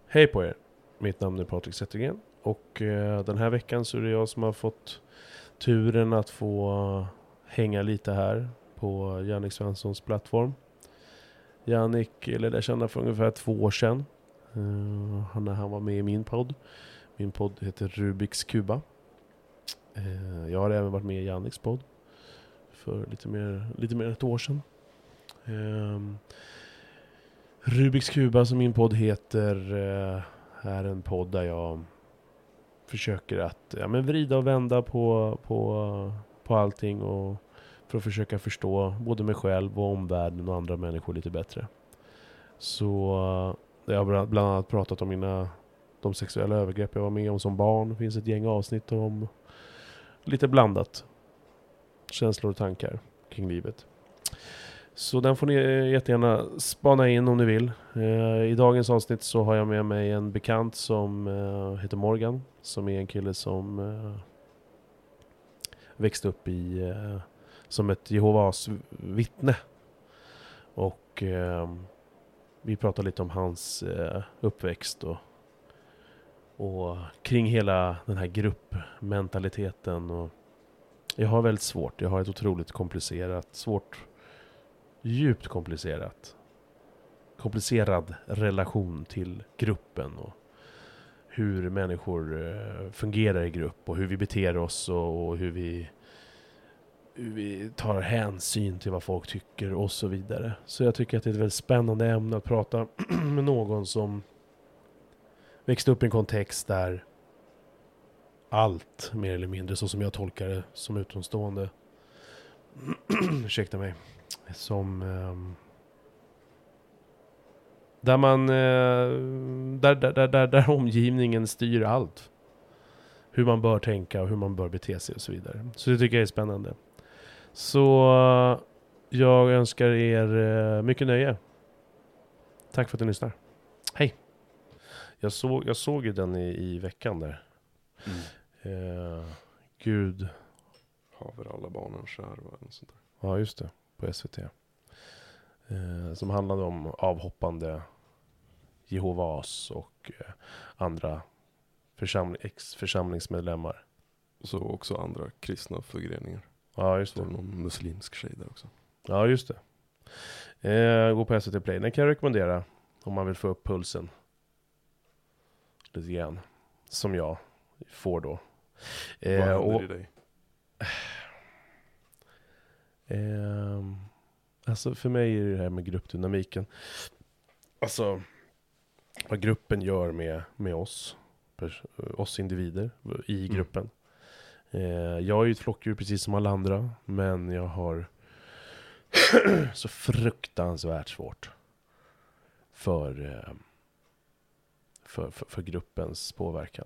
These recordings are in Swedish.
Hej på er! Mitt namn är Patrik Zettergren och den här veckan så är det jag som har fått turen att få hänga lite här på Jannik Svenssons plattform. Jannik lärde känna för ungefär 2 år sedan. När han var med i min podd. Min podd heter Rubiks Kuba. Jag har även varit med i Janniks podd för lite mer än 1 år sedan. Rubiks Kuba, som min podd heter, är en podd där jag försöker att vrida och vända på allting och för att försöka förstå både mig själv och omvärlden och andra människor lite bättre. Så jag har bland annat pratat om de sexuella övergrepp jag var med om som barn. Det finns ett gäng avsnitt om lite blandat känslor och tankar kring livet. Så den får ni jättegärna spana in om ni vill. I dagens avsnitt så har jag med mig en bekant som heter Morgan. Som är en kille som växte upp som ett Jehovas vittne. Och vi pratar lite om hans uppväxt och kring hela den här gruppmentaliteten. Och jag har väldigt svårt. Jag har ett otroligt djupt komplicerad relation till gruppen och hur människor fungerar i grupp och hur vi beter oss och hur vi tar hänsyn till vad folk tycker och så vidare. Så jag tycker att det är ett väldigt spännande ämne att prata med någon som växte upp i en kontext där allt, mer eller mindre, så som jag tolkar det som utomstående, ursäkta mig, som där omgivningen styr allt. Hur man bör tänka och hur man bör bete sig och så vidare. Så det tycker jag är spännande. Så jag önskar er mycket nöje. Tack för att ni lyssnar. Hej! Jag såg ju den i veckan där. Gud Haver alla barnen kär och en sånt där. Ja, just det. På SVT. Som handlade om avhoppande Jehovas och andra församlingsmedlemmar. Och så också andra kristna förgreningar. Ja, just det. Så någon muslimsk tjej där också. Ja, just det. Gå på SVT Play. Den kan jag rekommendera om man vill få upp pulsen. Lite grann. Som jag får då. Vad händer i dig? Alltså för mig är det här med gruppdynamiken. Alltså vad gruppen gör med oss individer i gruppen. Jag är ju ett flockdjur precis som alla andra, men jag har så fruktansvärt svårt för gruppens påverkan.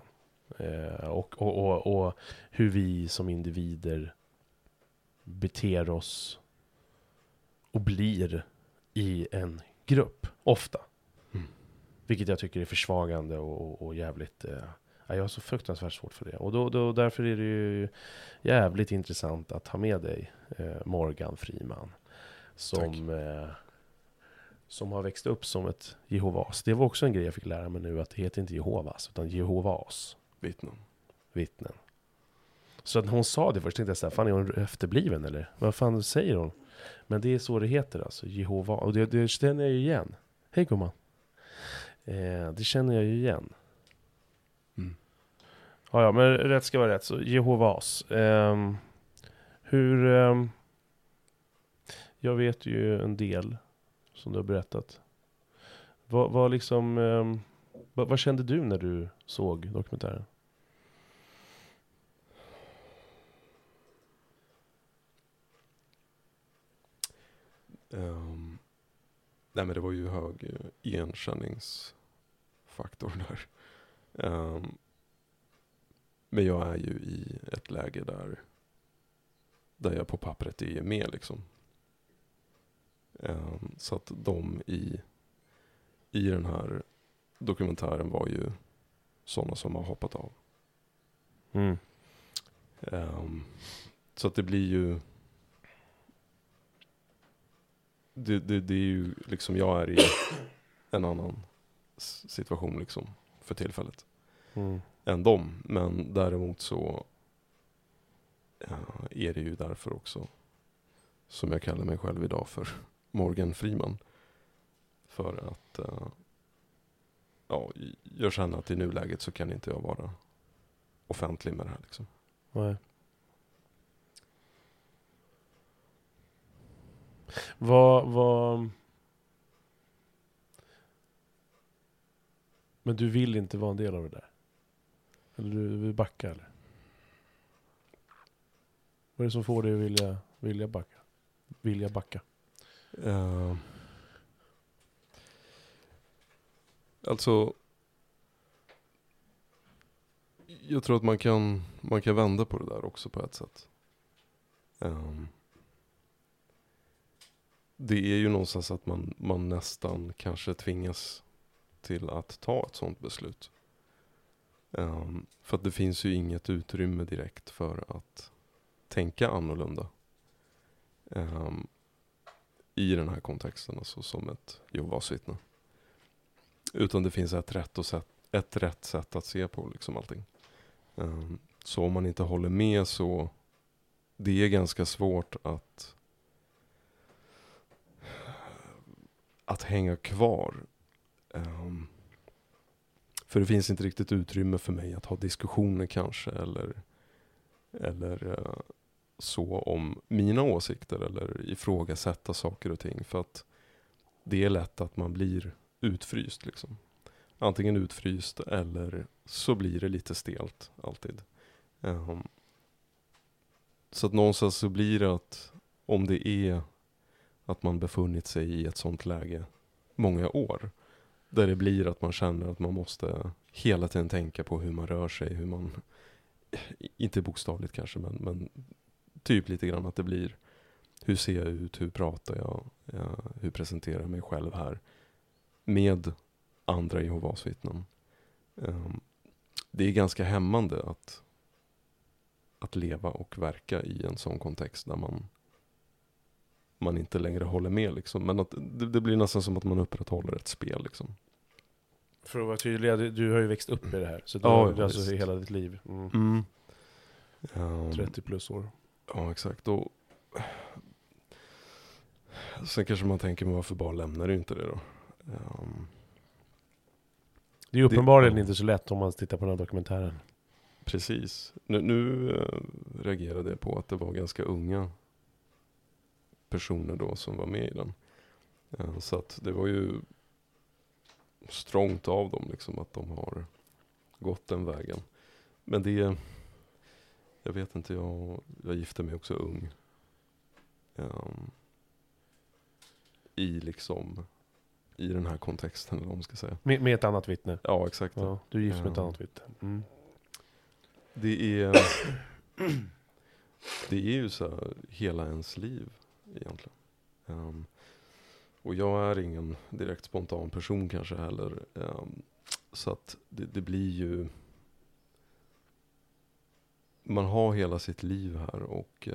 Och hur vi som individer beter oss och blir i en grupp, ofta. Vilket jag tycker är försvagande och jävligt... jag har så fruktansvärt svårt för det. Och därför är det ju jävligt intressant att ha med dig Morgan Friman. Som har växt upp som ett Jehovas. Det var också en grej jag fick lära mig nu, att det heter inte Jehovas utan Jehovas. Vittnen. Så att hon sa det först, tänkte jag så här, fan är hon efterbliven eller? Vad fan säger hon? Men det är så det heter, alltså Jehova. Och det känner jag ju igen. Hej gumman. Det känner jag ju igen. Ja, men rätt ska vara rätt. Så Jehovas. Jag vet ju en del som du har berättat. Vad kände du när du såg dokumentären? Nej, men det var ju hög igenkänningsfaktor där. Men jag är ju i ett läge där jag på pappret är med liksom. Så att de i den här dokumentären var ju sådana som har hoppat av. Så att det blir ju det är ju liksom, jag är i en annan situation liksom för tillfället Mm. än dem. Men däremot så är det ju därför också som jag kallar mig själv idag för Morgan Freeman. För att jag känner att i nuläget så kan inte jag vara offentlig med det här liksom. Nej. Vad... Men du vill inte vara en del av det där? Eller du vill backa eller? Vad är det som får dig att vilja backa? Vilja backa? Alltså, jag tror att man kan vända på det där också på ett sätt. Det är ju någonstans att man nästan kanske tvingas till att ta ett sånt beslut. För att det finns ju inget utrymme direkt för att tänka annorlunda. I den här kontexten, alltså som ett Jehovas vittne. Utan det finns ett rätt sätt att se på liksom allting. Så om man inte håller med så det är ganska svårt att hänga kvar. För det finns inte riktigt utrymme för mig att ha diskussioner kanske eller så om mina åsikter eller ifrågasätta saker och ting. För att det är lätt att man blir utfryst liksom. Antingen utfryst eller så blir det lite stelt alltid. Så att någonstans så blir det att om det är att man befunnit sig i ett sånt läge många år. Där det blir att man känner att man måste hela tiden tänka på hur man rör sig. Hur man, inte bokstavligt kanske, men typ lite grann att det blir. Hur ser jag ut? Hur pratar jag? Hur presenterar jag mig själv här? Med andra Jehovas vittnen. Det är ganska hämmande att leva och verka i en sån kontext där man inte längre håller med liksom. Men att det blir nästan som att man upprätthåller ett spel liksom. För att vara tydlig, du har ju växt upp i det här. Så Ja, alltså visst. i hela ditt liv. 30 plus år. Ja, exakt. Och sen kanske man tänker, men varför bara lämnar du inte det då? Det är ju uppenbarligen inte så lätt om man tittar på den här dokumentären. Precis. Nu reagerade jag på att det var ganska unga personer då som var med i den. Så att det var ju strångt av dem liksom att de har gått den vägen. Men det, jag vet inte, jag gifte mig också ung. I den här kontexten, eller vad man ska säga. Med ett annat vittne. Ja, exakt. Ja, du är gift med ett annat vittne. Mm. Det är ju så här, hela ens liv egentligen. Och jag är ingen direkt spontan person kanske heller. Så att det blir ju, man har hela sitt liv här och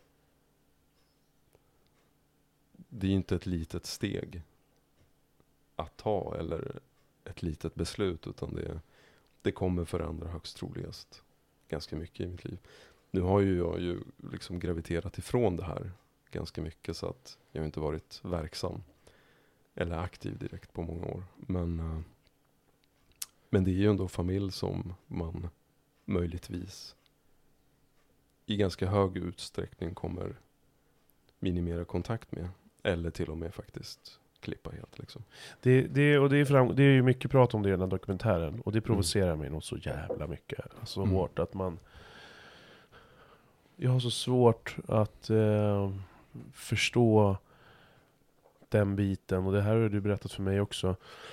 det är inte ett litet steg att ta eller ett litet beslut, utan det kommer förändra högst troligast ganska mycket i mitt liv. Nu har jag ju liksom graviterat ifrån det här ganska mycket, så att jag har inte varit verksam eller aktiv direkt på många år. Men det är ju ändå familj som man möjligtvis i ganska hög utsträckning kommer minimera kontakt med. Eller till och med faktiskt klippa helt liksom. Det är ju mycket prat om det i den här dokumentären. Och det provocerar mig nog så jävla mycket. Så hårt att man... Jag har så svårt att förstå den biten. Och det här har du berättat för mig också.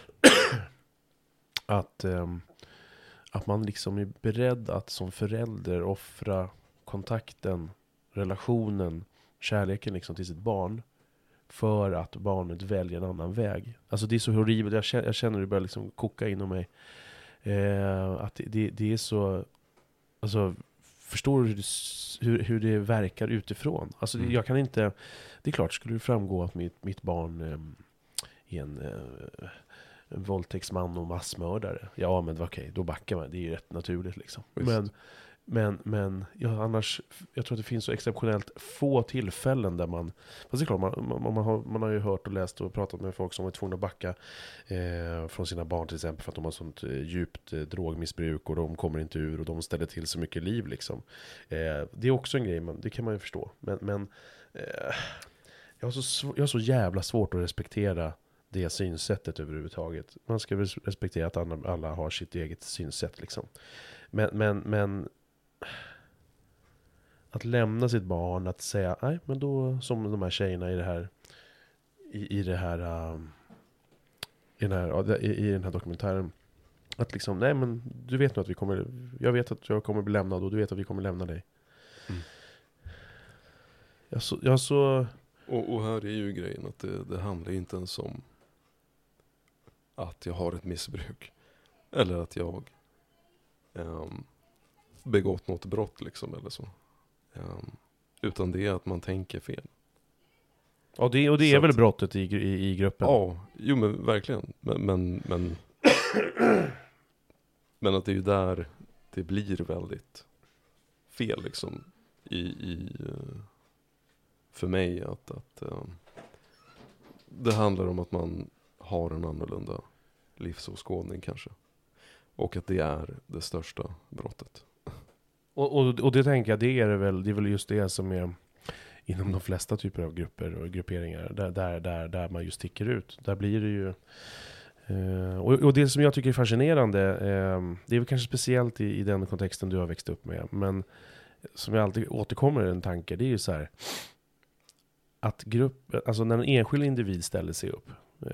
Att man liksom är beredd att som förälder offra kontakten, relationen, kärleken liksom till sitt barn. För att barnet väljer en annan väg. Alltså det är så horribelt. Jag känner det börjar liksom koka inom mig. Att det är så... Alltså, förstår du hur det verkar utifrån? Alltså jag kan inte... Det är klart, skulle det framgå att mitt barn är våldtäktsman och massmördare. Ja, men okej, då backar man. Det är ju rätt naturligt liksom. Visst. Men ja, annars, jag tror att det finns så exceptionellt få tillfällen där man... Fast det är klart, man har ju hört och läst och pratat med folk som var tvungna att backa från sina barn till exempel för att de har sånt djupt drogmissbruk och de kommer inte ur och de ställer till så mycket liv liksom. Det är också en grej, det kan man ju förstå. Men jag har så jävla svårt att respektera det synsättet överhuvudtaget. Man ska väl respektera att alla har sitt eget synsätt liksom. Men att lämna sitt barn, att säga nej, men då som de här tjejerna i den här dokumentären, att liksom nej, men du vet nu att jag vet att jag kommer bli lämnad och du vet att vi kommer lämna dig. Och här är ju grejen att det handlar inte ens om att jag har ett missbruk eller att jag begått något brott liksom eller så. Utan det är att man tänker fel. Ja, det är väl brottet i gruppen. Ja, jo men verkligen. Men att det är ju där det blir väldigt fel liksom för mig att det handlar om att man har en annorlunda livsåskådning kanske. Och att det är det största brottet. Och det tänker jag, det är väl just det som är inom de flesta typer av grupper och grupperingar där man just sticker ut. Där blir det ju och det som jag tycker är fascinerande, det är väl kanske speciellt i den kontexten du har växt upp med, men som jag alltid återkommer i en tanke, det är ju så här att alltså när en enskild individ ställer sig upp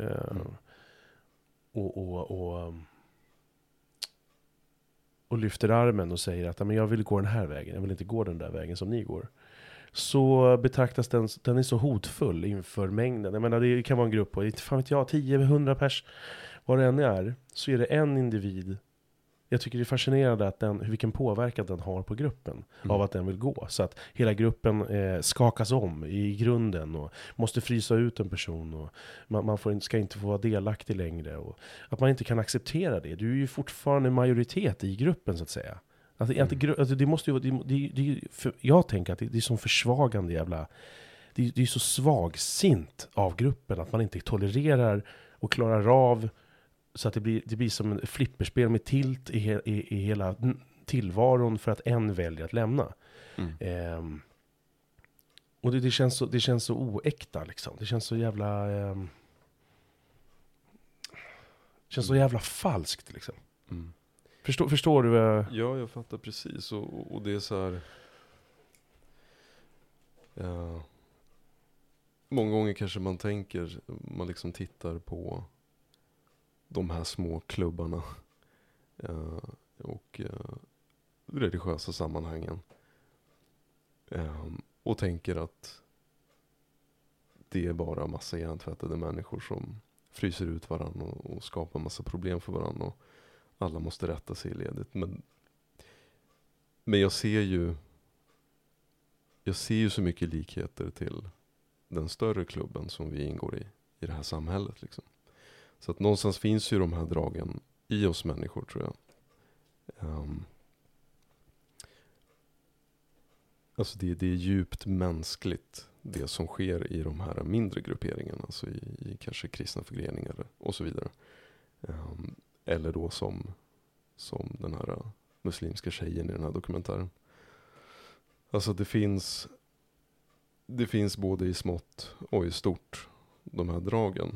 och lyfter armen och säger att men jag vill gå den här vägen, jag vill inte gå den där vägen som ni går, så betraktas den är så hotfull inför mängden. Jag menar, det kan vara en grupp på, fan vet jag, 10-100 pers, vad det än är, så är det en individ. Jag tycker det är fascinerande att vilken påverkan den har på gruppen av att den vill gå. Så att hela gruppen skakas om i grunden och måste frysa ut en person och man ska inte få vara delaktig längre. Och att man inte kan acceptera det. Du är ju fortfarande en majoritet i gruppen så att säga. Alltså det måste ju jag tänker att det är som försvagande jävla... Det är så svagsint av gruppen att man inte tolererar och klarar av. Så att det blir som en flipperspel med tilt i hela tillvaron för att en väljer att lämna. Och det känns så oäkta liksom. Det känns så jävla så jävla falskt liksom. Förstår du? Ja, jag fattar precis. Och det är så här... Ja, många gånger kanske man liksom tittar på de här små klubbarna och religiösa sammanhangen och tänker att det är bara massa hjärntvättade människor som fryser ut varandra och skapar massa problem för varandra och alla måste rätta sig i ledet. Men jag ser ju så mycket likheter till den större klubben som vi ingår i det här samhället liksom. Så att någonstans finns ju de här dragen i oss människor, tror jag. Alltså det är djupt mänskligt, det som sker i de här mindre grupperingarna. Alltså i kanske kristna förgreningar och så vidare. Eller då som den här muslimska tjejen i den här dokumentären. Alltså det finns både i smått och i stort de här dragen.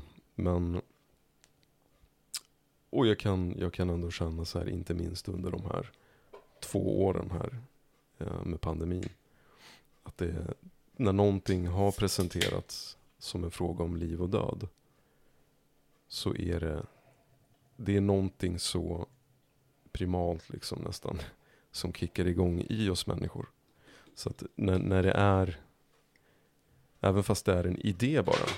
Och jag kan ändå känna så här, inte minst under de här 2 åren här med pandemin, att när någonting har presenterats som en fråga om liv och död, så är det är någonting så primalt liksom nästan som kickar igång i oss människor. Så att när det är, även fast det är en idé bara,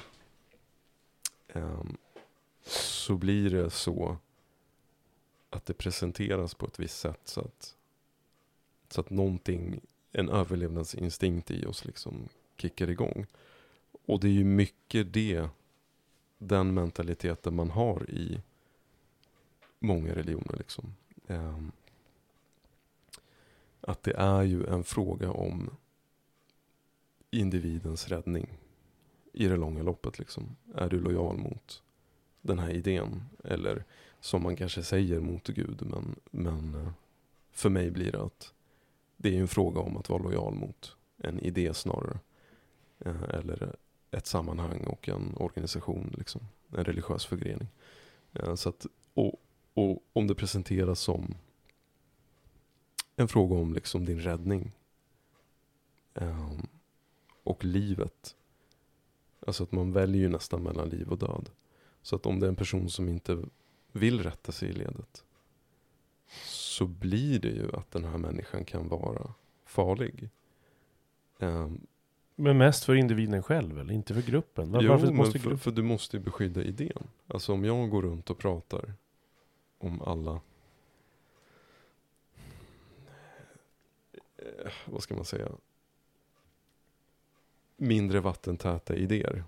så blir det så att det presenteras på ett visst sätt så att någonting, en överlevnadsinstinkt i oss liksom kickar igång. Och det är ju mycket den mentaliteten man har i många religioner liksom. Att det är ju en fråga om individens räddning i det långa loppet liksom. Är du lojal mot den här idén? Eller som man kanske säger mot Gud. Men för mig blir det att det är en fråga om att vara lojal mot en idé snarare. Eller ett sammanhang och en organisation liksom. En religiös förgrening. Så att, och om det presenteras som en fråga om liksom din räddning och livet. Alltså att man väljer ju nästan mellan liv och död. Så att om det är en person som inte vill rätta sig i ledet, så blir det ju att den här människan kan vara farlig. Men mest för individen själv, eller inte för gruppen? Varför måste för du måste ju beskydda idén. Alltså om jag går runt och pratar om alla, vad ska man säga, mindre vattentäta idéer,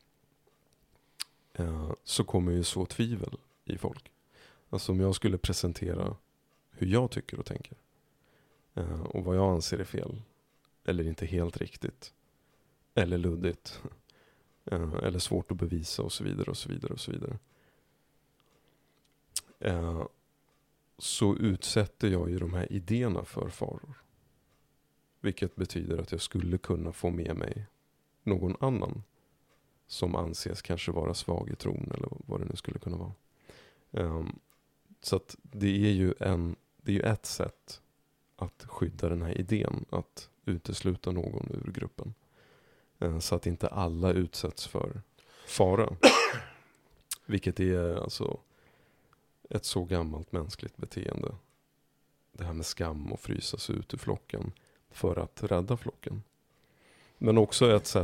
så kommer ju så tvivel i folk. Alltså om jag skulle presentera hur jag tycker och tänker, och vad jag anser är fel eller inte helt riktigt eller luddigt eller svårt att bevisa och så vidare och så vidare och så vidare, så utsätter jag ju de här idéerna för faror. Vilket betyder att jag skulle kunna få med mig någon annan som anses kanske vara svag i tron eller vad det nu skulle kunna vara. Så att det är ju ett sätt att skydda den här idén, att utesluta någon ur gruppen. Så att inte alla utsätts för fara. Vilket är alltså ett så gammalt mänskligt beteende. Det här med skam och frysas ut ur flocken för att rädda flocken. Men också ett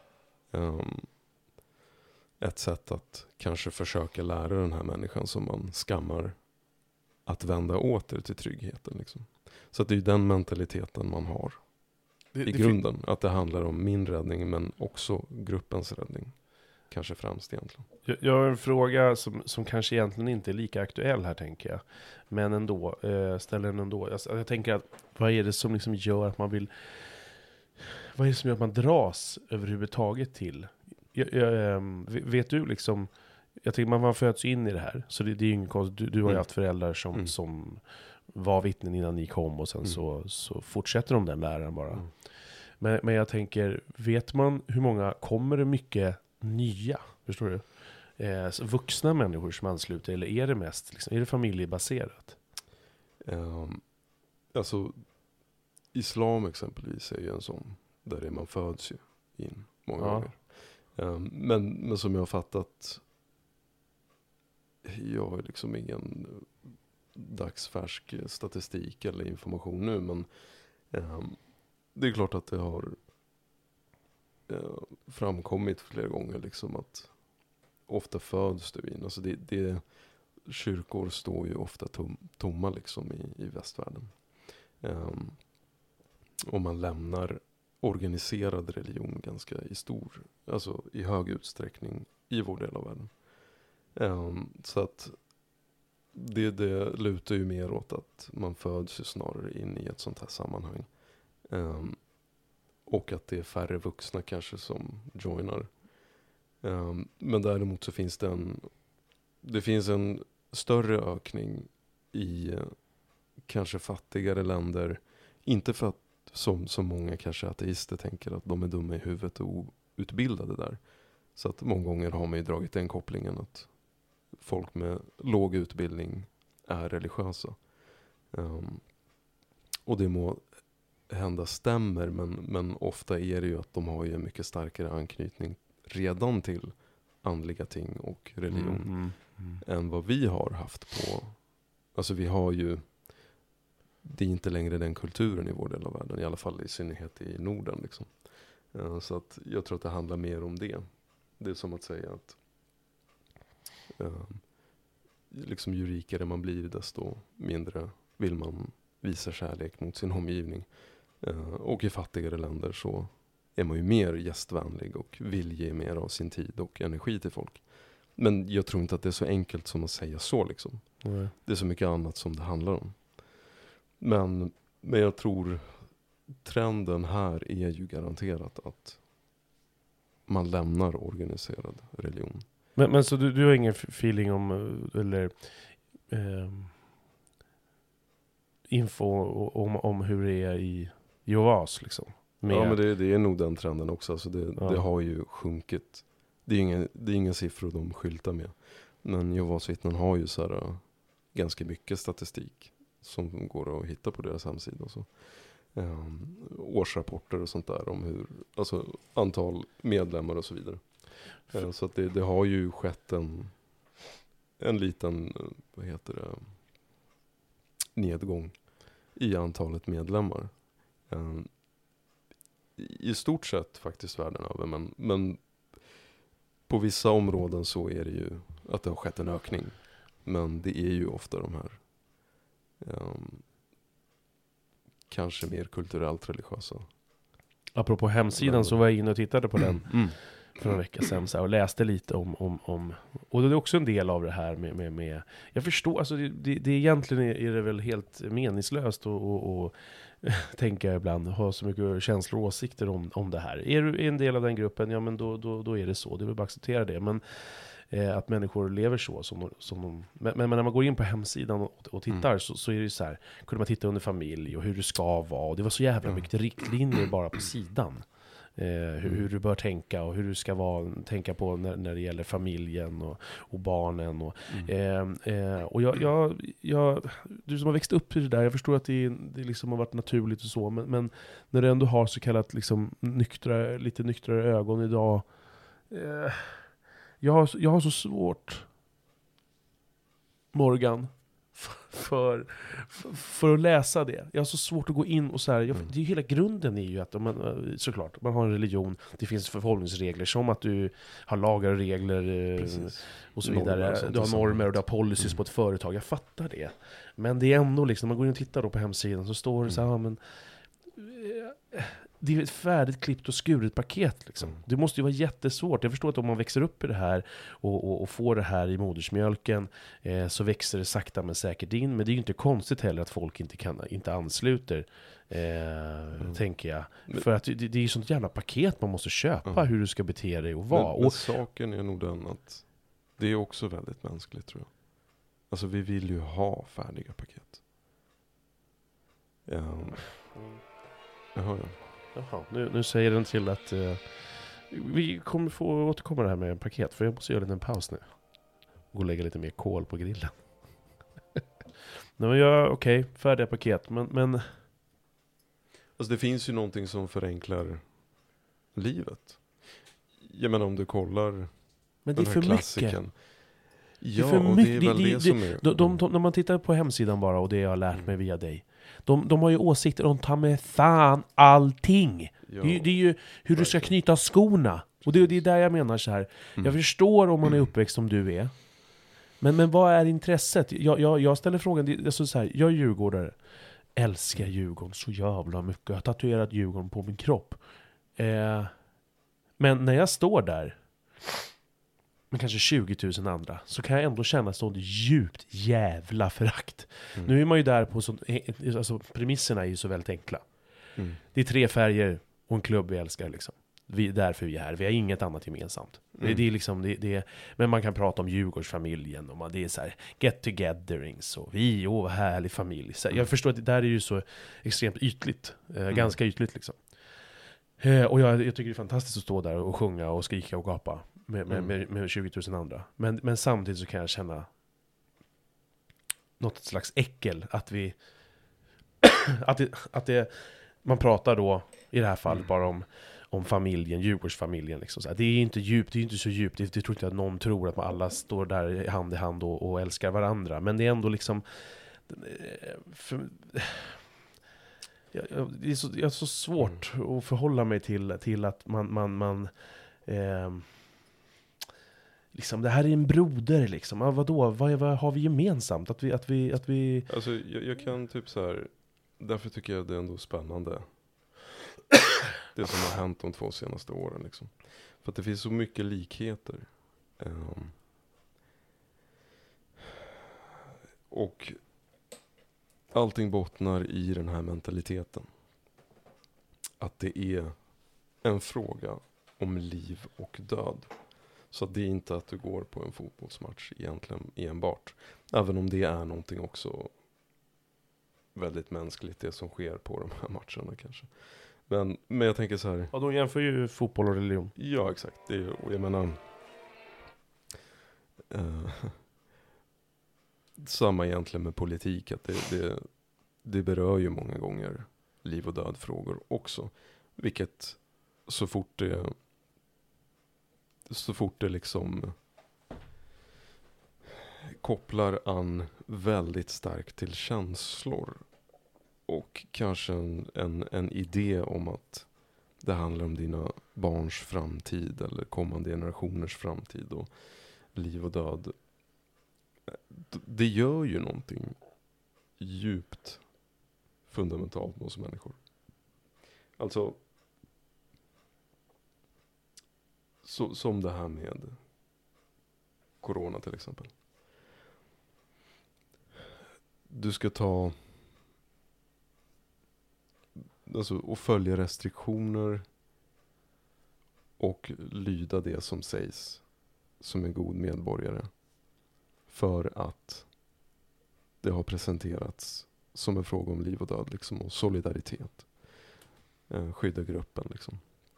sätt att kanske försöka lära den här människan som man skammar att vända åter till tryggheten. Liksom. Så att det är den mentaliteten man har i grunden. Att det handlar om min räddning men också gruppens räddning. Kanske främst egentligen. Jag har en fråga som kanske egentligen inte är lika aktuell här, tänker jag. Men ändå, ställer den ändå. Jag tänker att vad är det som liksom gör att man vill... Vad är det som gör att man dras överhuvudtaget till? Vet du liksom... Jag tänker man föds in i det här. Så det är ju ingen konst. Du har ju haft föräldrar som var vittnen innan ni kom. Och sen så fortsätter de den läran bara. Men jag tänker, vet man hur många, kommer det mycket nya, förstår du? Vuxna människor som ansluter, eller är det mest liksom, är det familjebaserat? Alltså islam exempelvis är ju en sån där man föds ju in många gånger. Men som jag har fattat, jag har liksom ingen dagsfärsk statistik eller information nu, men det är klart att det har framkommit flera gånger liksom att ofta föds du in. Alltså kyrkor står ju ofta tomma liksom i västvärlden. Och man lämnar organiserad religion ganska i hög utsträckning i vår del av världen. Så att det lutar ju mer åt att man föds ju snarare in i ett sånt här sammanhang. Och att det är färre vuxna kanske som joinar. Men däremot så finns det finns en större ökning i kanske fattigare länder. Inte för att som många kanske ateister tänker att de är dumma i huvudet och outbildade där. Så att många gånger har man ju dragit den kopplingen att folk med låg utbildning är religiösa. Och det må hända stämmer, men ofta är det ju att de har ju en mycket starkare anknytning redan till andliga ting och religion än vad vi har haft på. Alltså vi har ju, det är inte längre den kulturen i vår del av världen, i alla fall i synnerhet i Norden liksom. Så att jag tror att det handlar mer om det. Det är som att säga att liksom ju rikare man blir, desto mindre vill man visa kärlek mot sin omgivning. Och i fattigare länder så är man ju mer gästvänlig och vill ge mer av sin tid och energi till folk. Men jag tror inte att det är så enkelt som att säga så liksom. Nej. Det är så mycket annat som det handlar om. Men jag tror trenden här är ju garanterat att man lämnar organiserad religion. Men så du har ingen feeling om, eller info om hur det är i Jehovas liksom? Ja, men det är nog den trenden också. Alltså det har ju sjunkit. Det är inga siffror de skyltar med. Men Jehovas vittnen har ju så här, ganska mycket statistik som går att hitta på deras hemsida och så. Årsrapporter och sånt där om hur, alltså antal medlemmar och så vidare. Så att det har ju skett en liten, vad heter det, nedgång i antalet medlemmar. I stort sett faktiskt världen över, men på vissa områden så är det ju att det har skett en ökning. Men det är ju ofta de här kanske mer kulturellt religiösa. Apropå hemsidan så var jag inne och tittade på den för en vecka sedan så här, och läste lite om och det är också en del av det här med jag förstår, alltså det egentligen är det väl helt meningslöst och tänker jag ibland, ha så mycket känslor och åsikter om det här. Är du en del av den gruppen, ja men då är det så, det vill bara acceptera det, men att människor lever så som de, men när man går in på hemsidan och tittar så är det ju så här, kunde man titta under familj och hur det ska vara, och det var så jävla mycket riktlinjer bara på sidan. Hur du bör tänka och hur du ska tänka på när det gäller familjen och barnen och jag du som har växt upp i det där, jag förstår att det liksom har varit naturligt och så, men när du ändå har så kallat liksom lite nyktrare ögon idag, jag har så svårt, Morgan, för att läsa det. Jag har så svårt att gå in och så här, det är ju hela grunden är ju att såklart, man har en religion, det finns förhållningsregler som att du har lagar och regler och så vidare. Du har normer och du har policies på ett företag. Jag fattar det. Men det är ändå liksom, när man går in och tittar då på hemsidan så står det så här, men det är ett färdigt klippt och skurit paket liksom. Det måste ju vara jättesvårt. Jag förstår att om man växer upp i det här och får det här i modersmjölken, så växer det sakta men säkert in. Men det är ju inte konstigt heller att folk inte ansluter, tänker jag. För att det är ju sånt jävla paket man måste köpa, hur du ska bete dig och vara. Men saken är nog den att det är också väldigt mänskligt, tror jag. Alltså vi vill ju ha färdiga paket. Jaha. Nu säger den till att vi kommer få återkomma det här med en paket, för jag måste göra en paus nu. Gå och lägga lite mer kol på grillen. Nej, men okej, färdiga paket, men alltså det finns ju någonting som förenklar livet. Jag menar, om du kollar men det är för klassiken. mycket. Ja, det är för och mycket. det är väl det som är... När man tittar på hemsidan bara, och det jag har lärt mig via dig, de har ju åsikter om ta med fan allting. Ja, det är ju hur du ska knyta skorna. Och det är där jag menar så här. Jag förstår om man är uppväxt som du är. Men vad är intresset? Jag ställer frågan, alltså så här, jag är djurgårdare. Älskar Djurgården så jävla mycket. Jag har tatuerat Djurgården på min kropp. Men när jag står där med kanske 20 000 andra, så kan jag ändå känna sånt djupt jävla förakt. Nu är man ju där på alltså premisserna är ju så väldigt enkla. Det är 3 färger och en klubb vi älskar liksom. Därför vi är här. Vi har inget annat gemensamt. Det är liksom men man kan prata om Djurgårdsfamiljen och det är så här get-togetherings och vad härlig familj. Så jag förstår att det där är ju så extremt ytligt, ganska ytligt liksom. Och jag tycker det är fantastiskt att stå där och sjunga och skrika och gapa med 20 000 andra. Men samtidigt så kan jag känna något slags äckel att vi man pratar då i det här fallet bara om familjen, Djurgårdsfamiljen liksom. Så här, det är inte djupt, det är inte så djupt. Det tror inte att någon tror att man alla står där hand i hand och älskar varandra. Men det är ändå liksom det är så svårt att förhålla mig till att man liksom, det här är en broder liksom. Vadå? Vad har vi gemensamt? Att vi... Alltså jag kan typ så här, därför tycker jag det är ändå spännande. Det som har hänt de 2 senaste åren liksom. För att det finns så mycket likheter. Och allting bottnar i den här mentaliteten. Att det är en fråga om liv och död. Så det är inte att du går på en fotbollsmatch egentligen enbart. Även om det är någonting också väldigt mänskligt, det som sker på de här matcherna kanske. Men jag tänker så här. Ja, de jämför ju fotboll och religion. Ja, exakt. Och jag menar... samma egentligen med politik. Att det berör ju många gånger liv- och dödfrågor också. Vilket så fort det liksom kopplar an väldigt starkt till känslor. Och kanske en idé om att det handlar om dina barns framtid eller kommande generationers framtid och liv och död. Det gör ju någonting djupt fundamentalt hos människor. Alltså, som det här med corona till exempel. Du ska ta och följa restriktioner och lyda det som sägs som en god medborgare. För att det har presenterats som en fråga om liv och död liksom, och solidaritet. Skydda gruppen liksom.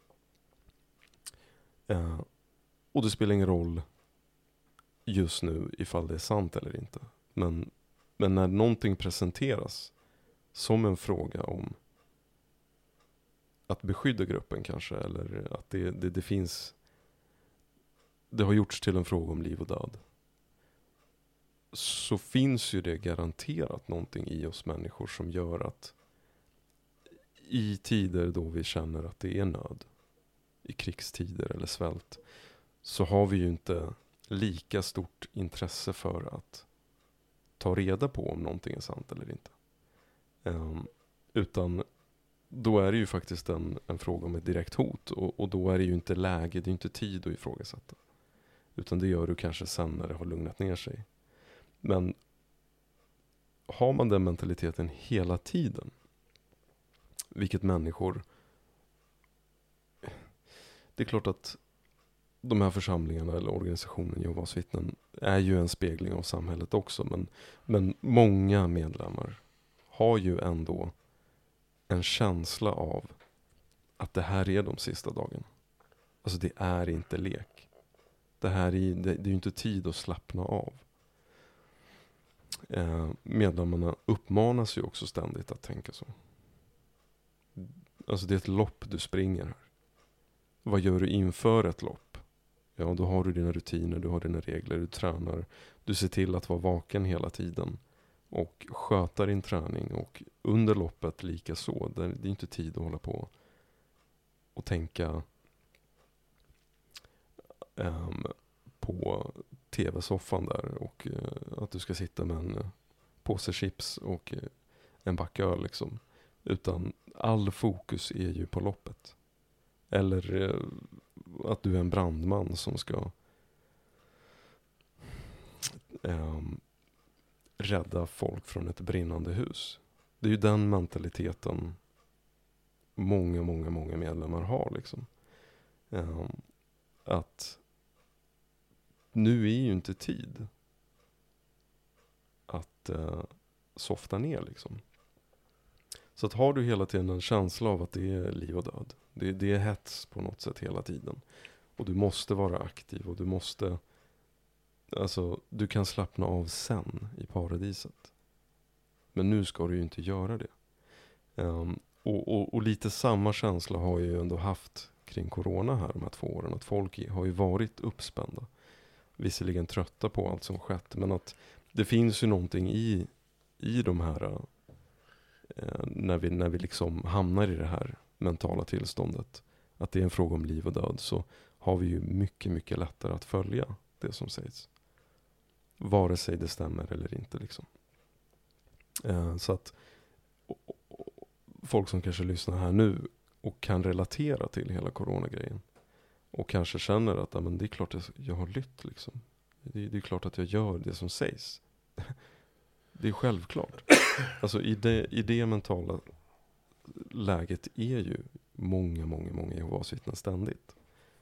Och det spelar ingen roll just nu ifall det är sant eller inte. Men när någonting presenteras som en fråga om att beskydda gruppen kanske, eller att det finns, det har gjorts till en fråga om liv och död, så finns ju det garanterat någonting i oss människor som gör att i tider då vi känner att det är nöd, i krigstider eller svält, så har vi ju inte lika stort intresse för att ta reda på om någonting är sant eller inte. Utan då är det ju faktiskt en fråga om ett direkt hot. Och då är det ju inte läge, det är inte tid att ifrågasätta. Utan det gör du kanske sen när det har lugnat ner sig. Men har man den mentaliteten hela tiden, vilket människor... Det är klart att de här församlingarna eller organisationen Jehovas vittnen är ju en spegling av samhället också. Men många medlemmar har ju ändå en känsla av att det här är de sista dagarna. Alltså det är inte lek. Det är ju inte tid att slappna av. Medlemmarna uppmanas ju också ständigt att tänka så. Alltså det är ett lopp du springer här. Vad gör du inför ett lopp? Ja, då har du dina rutiner, du har dina regler, du tränar. Du ser till att vara vaken hela tiden. Och sköta din träning. Och under loppet lika så. Det är inte tid att hålla på och tänka på tv-soffan där. Och att du ska sitta med en påse chips och en back öl liksom. Utan all fokus är ju på loppet. Eller att du är en brandman som ska rädda folk från ett brinnande hus. Det är ju den mentaliteten många medlemmar har liksom. Att nu är ju inte tid att softa ner liksom. Så att har du hela tiden en känsla av att det är liv och död. Det är hets på något sätt hela tiden. Och du måste vara aktiv och du måste... Alltså, du kan slappna av sen i paradiset. Men nu ska du ju inte göra det. Och lite samma känsla har jag ju ändå haft kring corona här de här 2 åren. Att folk har ju varit uppspända. Visserligen trötta på allt som skett. Men att det finns ju någonting i de här... När vi liksom hamnar i det här mentala tillståndet. Att det är en fråga om liv och död. Så har vi ju mycket lättare att följa det som sägs. Vare sig det stämmer eller inte liksom. Så att folk som kanske lyssnar här nu och kan relatera till hela coronagrejen. Och kanske känner att men det är klart att jag har lytt liksom. Det är klart att jag gör det som sägs. Det är självklart. Alltså i det mentala läget är ju många Jehovas vittnen ständigt.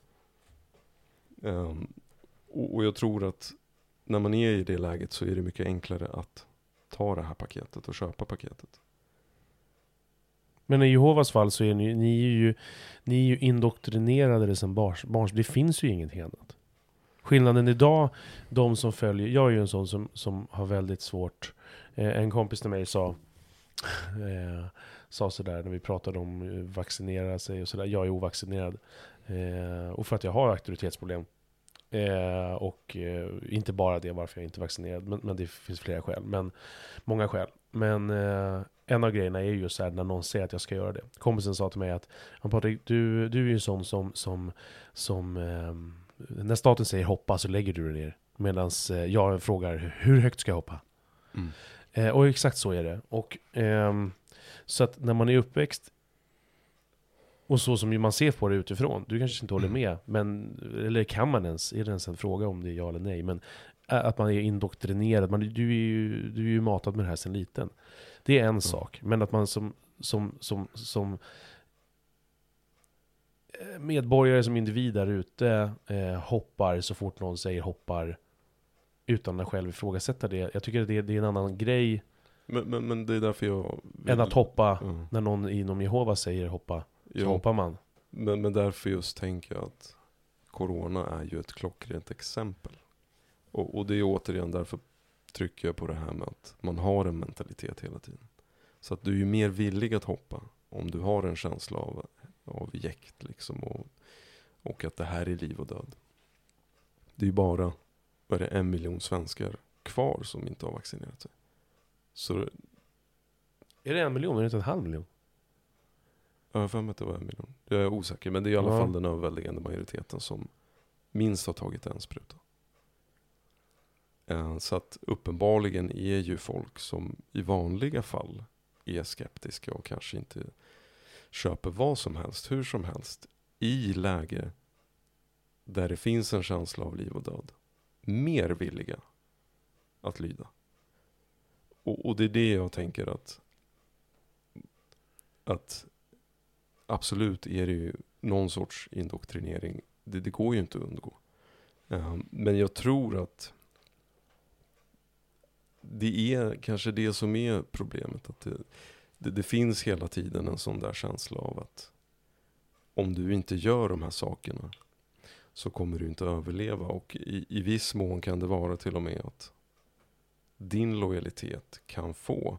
Och jag tror att när man är i det läget så är det mycket enklare att ta det här paketet och köpa paketet. Men i Jehovas fall så är ni är ju indoktrinerade sedan barns. Det finns ju ingenting annat. Skillnaden idag, de som följer, jag är ju en sån som har väldigt svårt. En kompis till mig sa sådär när vi pratade om vaccinera sig och sådär. Jag är ovaccinerad. Och för att jag har auktoritetsproblem. Och inte bara det varför jag inte är vaccinerad, men det finns flera skäl, men många skäl. Men en av grejerna är ju så här när någon säger att jag ska göra det. Kompisen sa till mig att Patrik, du är ju en sån som när staten säger hoppa så lägger du dig ner, medan jag frågar hur högt ska jag hoppa? Och exakt så är det. Och så att när man är uppväxt och så som man ser på det utifrån, du kanske inte håller med, men, eller kan man ens, är det ens en fråga om det är ja eller nej, men att man är indoktrinerad, du är ju matad med det här sedan liten. Det är en sak, men att man som medborgare, som individ där ute hoppar så fort någon säger hoppar utan att själv ifrågasätta det. Jag tycker att det är en annan grej. Men det är därför jag än att hoppa när någon inom Jehova säger hoppa. Så hoppar man. Men därför just tänker jag att corona är ju ett klockrent exempel. Och det är återigen därför trycker jag på det här med att man har en mentalitet hela tiden. Så att du är ju mer villig att hoppa om du har en känsla av jäkt liksom, och att det här är liv och död. Det är ju bara 1 miljon svenskar kvar som inte har vaccinerat sig. Så är det 1 miljon? Är det inte 1,5 miljon? Jag för mig att det var 1 miljon. Jag är osäker, men det är i alla fall den överväldigande majoriteten som minst har tagit en spruta. Så att uppenbarligen är ju folk som i vanliga fall är skeptiska och kanske inte köper vad som helst, hur som helst, i läge där det finns en känsla av liv och död, mer villiga att lyda. Och det är det jag tänker att absolut är det ju någon sorts indoktrinering. Det går ju inte att undgå. Men jag tror att det är kanske det som är problemet. Att det finns hela tiden en sån där känsla av att om du inte gör de här sakerna så kommer du inte överleva. Och i viss mån kan det vara till och med att din lojalitet kan få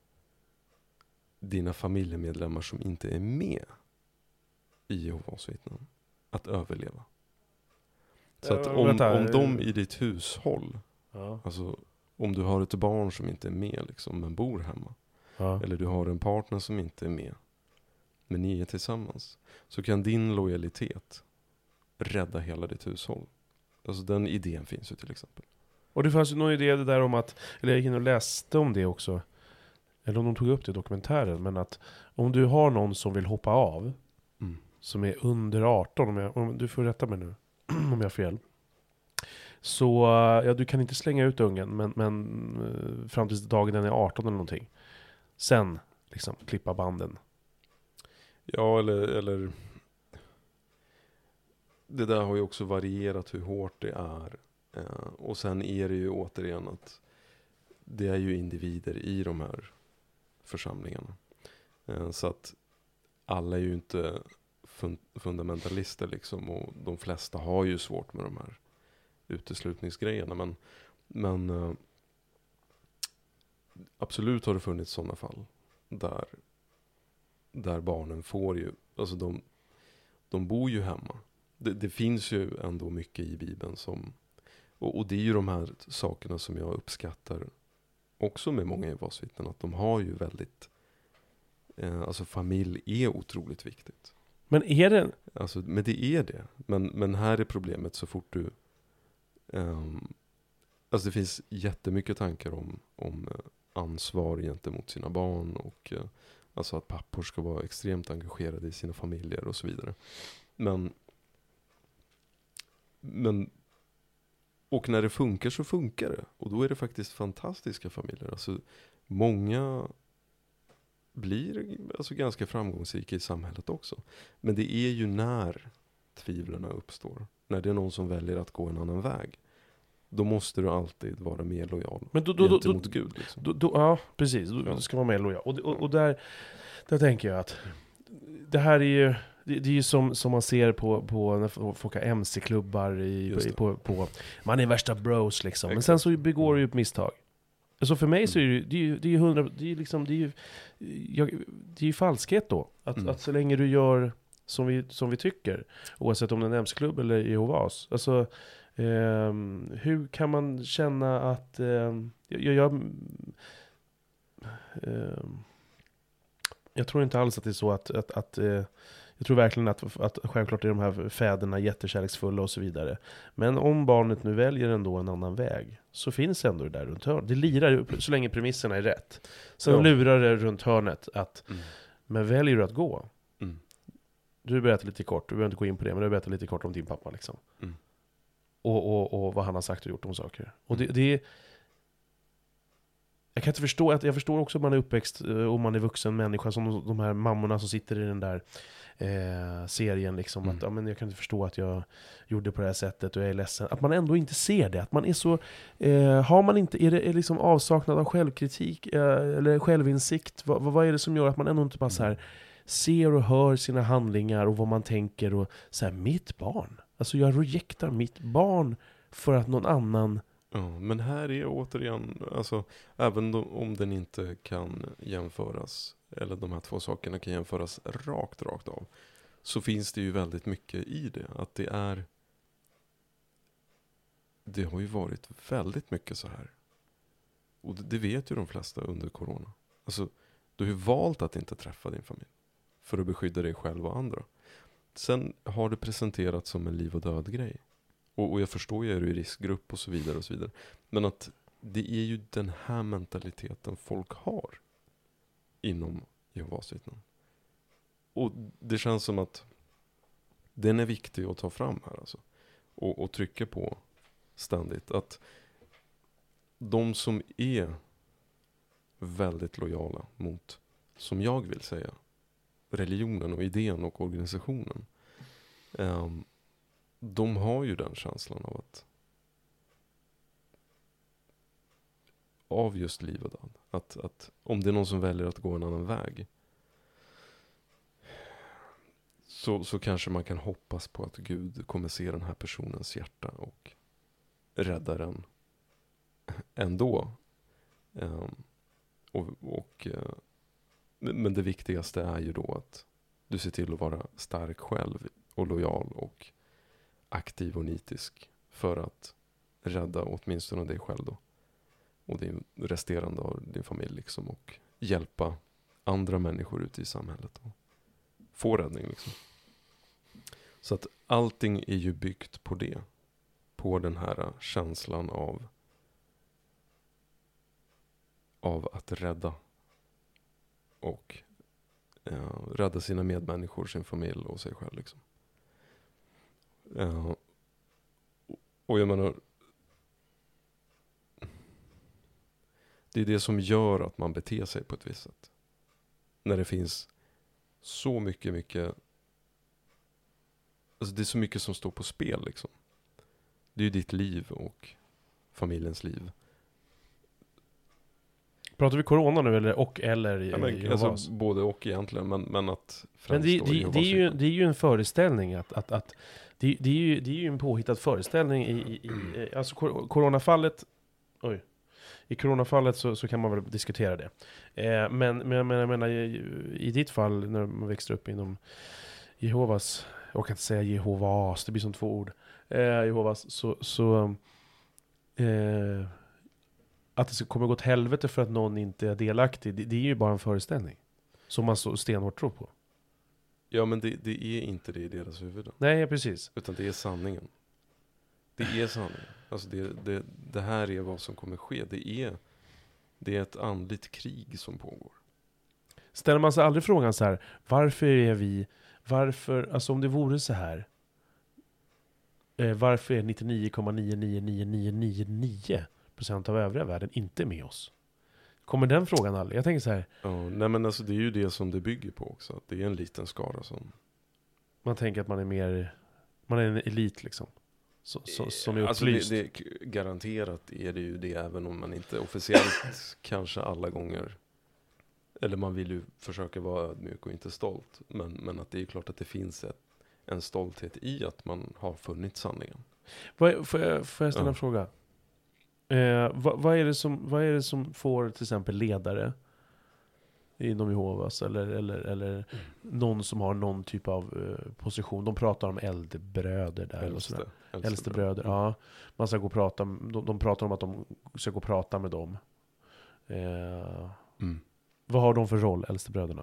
dina familjemedlemmar som inte är med i Jehovas vittnen att överleva. Så att om de i ditt hushåll, alltså om du har ett barn som inte är med liksom, men bor hemma, eller du har en partner som inte är med, men ni är tillsammans, så kan din lojalitet rädda hela ditt hushåll. Alltså den idén finns ju till exempel. Och det fanns ju någon idé det där om att, eller jag gick in och läste om det också, eller om de tog upp det i dokumentären, men att om du har någon som vill hoppa av, som är under 18, om du får rätta mig nu om jag har fel, så du kan inte slänga ut ungen, men fram tills dagen den är 18 eller någonting. Sen liksom klippa banden. Ja, eller det där har ju också varierat hur hårt det är. Och sen är det ju återigen att det är ju individer i de här församlingarna. Så att alla är ju inte fundamentalister liksom, och de flesta har ju svårt med de här uteslutningsgrejerna, men absolut har det funnits sådana fall där barnen får ju, alltså de bor ju hemma. Det finns ju ändå mycket i Bibeln som, och det är ju de här sakerna som jag uppskattar också med många Jehovas vittnen, att de har ju väldigt, alltså familj är otroligt viktigt. Men är det? Alltså, men det är det. Men här är problemet så fort du, alltså det finns jättemycket tankar om ansvar gentemot sina barn och alltså att pappor ska vara extremt engagerade i sina familjer och så vidare. Men Och när det funkar så funkar det. Och då är det faktiskt fantastiska familjer. Alltså, många blir alltså ganska framgångsrika i samhället också. Men det är ju när tvivlen uppstår. När det är någon som väljer att gå en annan väg. Då måste du alltid vara mer lojal gentemot Gud. Liksom. Ja, precis. Då ska man vara mer lojal. Och där tänker jag att det här är ju... Det är ju som man ser på när folk har MC-klubbar på man är värsta bros liksom. Men sen så begår du ju ett misstag. Så för mig så är det ju 100, det är ju falskhet då. Att så länge du gör som vi tycker, oavsett om det är en MC-klubb eller Jehovas. Alltså, hur kan man känna att jag tror inte alls att det är så att jag tror verkligen att självklart är de här fäderna jättekärleksfulla och så vidare. Men om barnet nu väljer ändå en annan väg, så finns ändå det där runt hörnet. Det lirar ju så länge premisserna är rätt. Sen lurar det runt hörnet att men väljer du att gå? Du berättar lite kort, du behöver inte gå in på det, men du berättar lite kort om din pappa liksom. Och vad han har sagt och gjort om saker. Och det jag kan inte förstå att jag förstår också om man är uppväxt och man är vuxen människa, som de här mammorna som sitter i den där serien liksom, att men jag kan inte förstå att jag gjorde på det här sättet och jag är ledsen. Att man ändå inte ser det, att man är så har man inte, är det liksom avsaknad av självkritik eller självinsikt, vad är det som gör att man ändå inte bara så här ser och hör sina handlingar och vad man tänker och så här, mitt barn, alltså jag rejectar mitt barn för att någon annan. Ja, men här är återigen, alltså, även om den inte kan jämföras, eller de här två sakerna kan jämföras rakt av, så finns det ju väldigt mycket i det. Att det har ju varit väldigt mycket så här. Och det vet ju de flesta under corona. Alltså, du har ju valt att inte träffa din familj för att beskydda dig själv och andra. Sen har det presenterats som en liv och död grej. Och jag förstår ju, är du i riskgrupp och så vidare och så vidare. Men att det är ju den här mentaliteten folk har inom Jehovas vittnen. Och det känns som att den är viktig att ta fram här alltså. Och trycka på ständigt. Att de som är väldigt lojala mot, som jag vill säga, religionen och idén och organisationen. De har ju den känslan av just liv och död. Att om det är någon som väljer att gå en annan väg, så kanske man kan hoppas på att Gud kommer se den här personens hjärta och rädda den ändå. Men det viktigaste är ju då att du ser till att vara stark själv och lojal och aktiv och nitisk för att rädda åtminstone dig själv då. Och din resterande av din familj liksom, och hjälpa andra människor ute i samhället och få räddning liksom. Så att allting är ju byggt på det. På den här känslan av att rädda och rädda sina medmänniskor, sin familj och sig själv liksom. Och jag menar, det är det som gör att man beter sig på ett visst sätt. När det finns så mycket, alltså det är så mycket som står på spel liksom. Det är ju ditt liv och familjens liv. Pratar vi corona nu eller alltså, både och egentligen, men att men det är ju en föreställning att det är ju en påhittad föreställning i alltså coronafallet. I coronafallet så kan man väl diskutera det. Men jag menar i ditt fall när man växer upp inom Jehovas, jag kan inte säga Jehovas, det blir som två ord. Jehovas så att det kommer gå åt helvete för att någon inte är delaktig, det är ju bara en föreställning som man så stenhårt tror på. Ja, men det är inte det i deras huvud. Nej, precis. Utan det är sanningen. Det är sanningen. Alltså det här är vad som kommer ske. Det är ett andligt krig som pågår. Ställer man sig aldrig frågan så här, varför, alltså om det vore så här, varför är 99,99999% av övriga världen inte med oss? Kommer den frågan aldrig? Jag tänker så här. Ja, nej men alltså det är ju det som det bygger på också. Att det är en liten skara som... Man tänker att man är mer... Man är en elit liksom. Som är alltså upplyst. garanterat är det ju det, även om man inte officiellt kanske alla gånger... Eller man vill ju försöka vara ödmjuk och inte stolt. Men att det är ju klart att det finns en stolthet i att man har funnit sanningen. Får jag ställa en fråga? Vad är det som får till exempel ledare inom Jehovas eller någon som har någon typ av position? De pratar om äldrebröder där. Äldstebröder, ja. Man ska gå och prata, de pratar om att de ska gå och prata med dem. Vad har de för roll, äldstebröderna?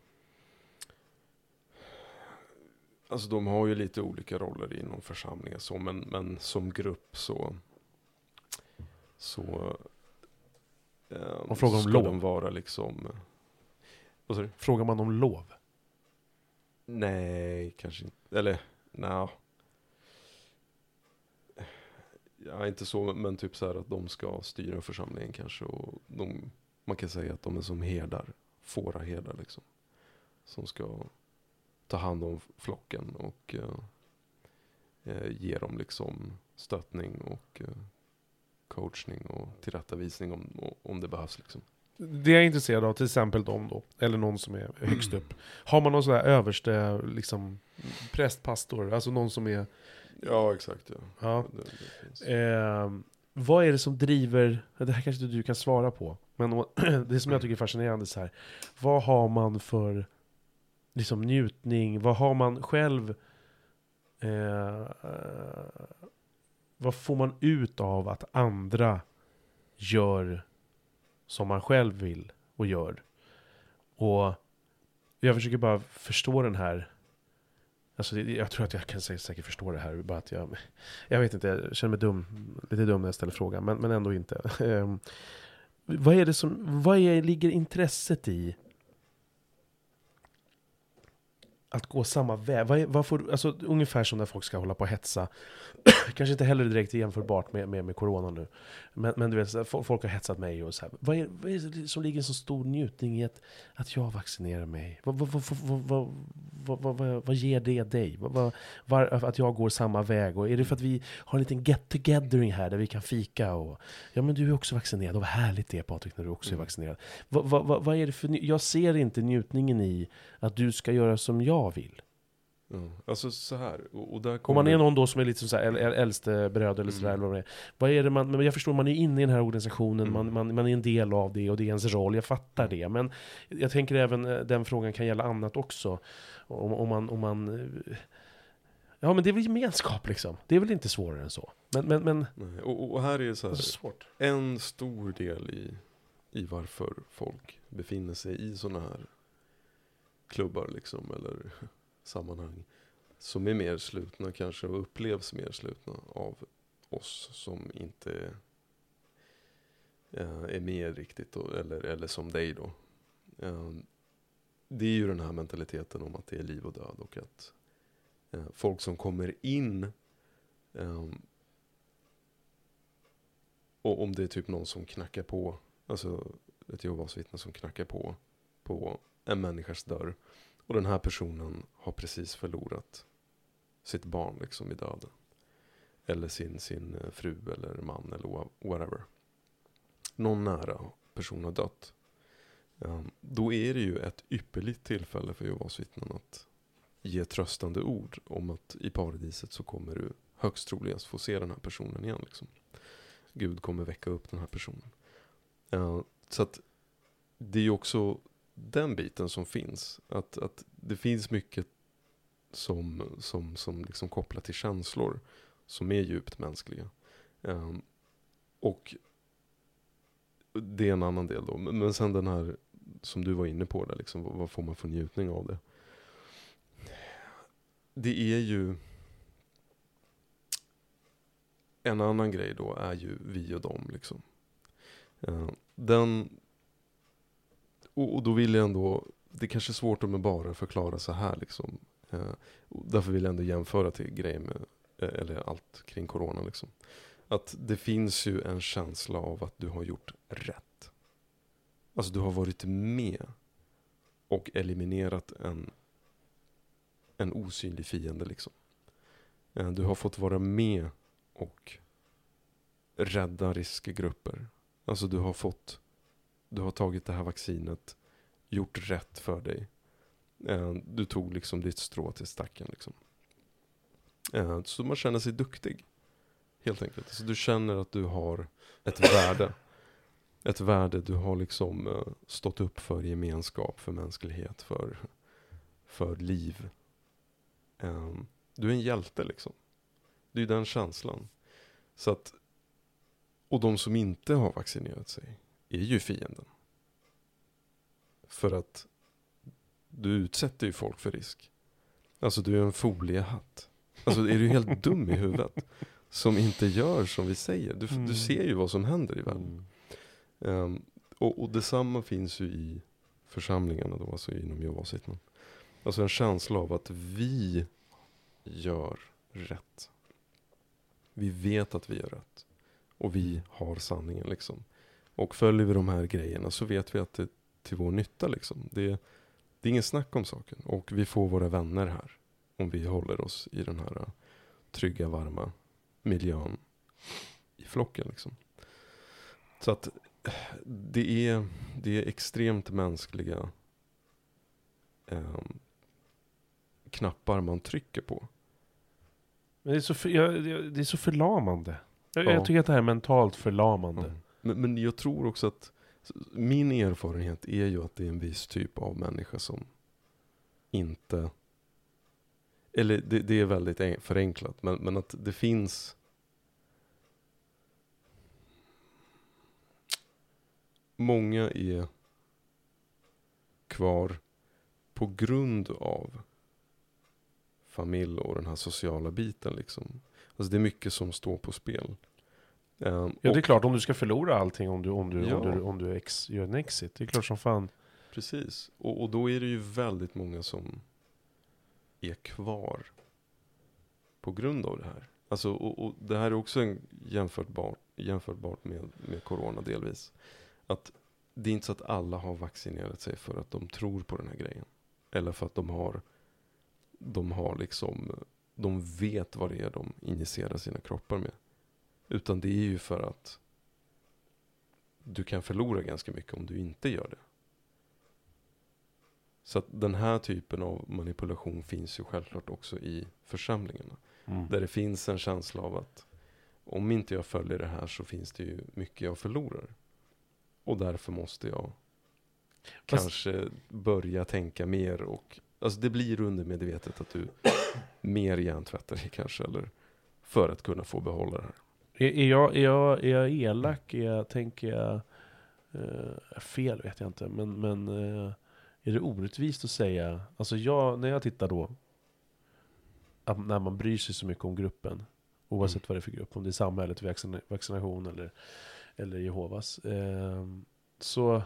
Alltså de har ju lite olika roller inom församlingen så, men som grupp så Man frågar om ska lov. de vara liksom... Vad sa du? Frågar man om lov? Nej, kanske inte. Eller, nej. Ja, inte så, men typ så här att de ska styra församlingen kanske. Och man kan säga att de är som herdar, fåraherdar liksom. Som ska ta hand om flocken och ge dem liksom stöttning och coachning och tillrättavisning om det behövs liksom. Det är jag intresserad av, till exempel de då, eller någon som är högst upp. Har man någon sån här överste liksom prästpastor, alltså någon som är... Ja, exakt. Ja. Det finns. Vad är det som driver, det här kanske du kan svara på, men det som jag tycker är fascinerande så här, vad har man för liksom njutning, vad har man själv, vad får man ut av att andra gör som man själv vill och gör? Och jag försöker bara förstå den här, alltså jag tror att jag kan säkert förstå det här, bara att jag vet inte, jag känner mig lite dum när jag ställer frågan, men ändå inte. Ligger intresset i att gå samma väg? Alltså, ungefär som när folk ska hålla på och hetsa. Kanske inte heller direkt jämförbart med corona nu. Men du vet, folk har hetsat mig och så här. Vad är det som ligger en så stor njutning i att jag vaccinerar mig? Vad ger det dig? Att jag går samma väg? Och är det för att vi har en liten get-togethering här där vi kan fika? Och, ja, men du är också vaccinerad. Och vad härligt det är, Patrik, när du också är vaccinerad. Vad är det för... Jag ser inte njutningen i att du ska göra som jag vill. Alltså så här, och där om man är någon då som är lite så här äldste bröd eller sådär, eller vad är det men jag förstår, man är inne i den här organisationen, man är en del av det och det är ens roll, jag fattar det, men jag tänker även den frågan kan gälla annat också, om man ja, men det är väl gemenskap liksom, det är väl inte svårare än så, men nej, och här är det så här, svårt. En stor del i varför folk befinner sig i såna här klubbar liksom, eller sammanhang som är mer slutna kanske och upplevs mer slutna av oss som inte är med riktigt då, eller som dig då. Det är ju den här mentaliteten om att det är liv och död och att folk som kommer in och om det är typ någon som knackar på, alltså ett Jehovas vittne som knackar på en människas dörr. Och den här personen har precis förlorat sitt barn liksom i döden. Eller sin fru eller man eller whatever. Någon nära person har dött. Då är det ju ett ypperligt tillfälle för Jehovas vittnen att ge tröstande ord om att i paradiset så kommer du högst troligast få se den här personen igen. Liksom. Gud kommer väcka upp den här personen. Så att det är ju också den biten som finns, att det finns mycket som liksom kopplat till känslor som är djupt mänskliga. Och det är en annan del då. Men sen den här som du var inne på där, liksom, vad får man för njutning av det? Det är ju en annan grej då är ju vi och dem liksom. Och då vill jag ändå, det är kanske svårt om jag bara förklara så här liksom. Därför vill jag ändå jämföra till grejer med eller allt kring corona liksom. Att det finns ju en känsla av att du har gjort rätt. Alltså du har varit med och eliminerat en osynlig fiende liksom. Du har fått vara med och rädda riskgrupper. Alltså du har tagit det här vaccinet, gjort rätt för dig. Du tog liksom ditt strå till stacken liksom. Så man känner sig duktig. Helt enkelt. Så du känner att du har ett värde. Ett värde du har liksom stått upp för gemenskap, för mänsklighet, för liv. Du är en hjälte liksom. Det är ju den känslan. Så att, och de som inte har vaccinerat sig är ju fienden. För att du utsätter ju folk för risk. Alltså du är en foliehatt. Alltså är du helt dum i huvudet som inte gör som vi säger. Du ser ju vad som händer i världen. Och detsamma finns ju i församlingarna då, alltså inom Jehovas vittnen. Alltså en känsla av att vi gör rätt. Vi vet att vi gör rätt. Och vi har sanningen liksom. Och följer vi de här grejerna så vet vi att det är till vår nytta liksom. Det är ingen snack om saken. Och vi får våra vänner här. Om vi håller oss i den här trygga, varma miljön i flocken liksom. Så att det är extremt mänskliga knappar man trycker på. Men det är så förlamande. Ja. Jag tycker att det här är mentalt förlamande. Men jag tror också att min erfarenhet är ju att det är en viss typ av människa som inte, eller det är väldigt förenklat, men att det finns många är kvar på grund av familj och den här sociala biten liksom. Alltså det är mycket som står på spel. Ja, det är klart, om du ska förlora allting om du gör en exit. Det är klart som fan. Precis. Och då är det ju väldigt många som är kvar på grund av det här. Alltså, och det här är också jämförbart med corona delvis. Att det är inte så att alla har vaccinerat sig för att de tror på den här grejen. Eller för att de vet vad det är de injicerar sina kroppar med. Utan det är ju för att du kan förlora ganska mycket om du inte gör det. Så att den här typen av manipulation finns ju självklart också i församlingarna. Där det finns en känsla av att om inte jag följer det här så finns det ju mycket jag förlorar. Och därför måste jag kanske börja tänka mer. Och alltså det blir undermedvetet att du mer hjärntvättar dig kanske. Eller för att kunna få behålla det här. Är jag elak? Tänker jag fel vet jag inte. Men är det orättvist att säga, alltså när jag tittar då, att när man bryr sig så mycket om gruppen, oavsett vad det är för grupp, om det är samhället, vaccination eller Jehovas, så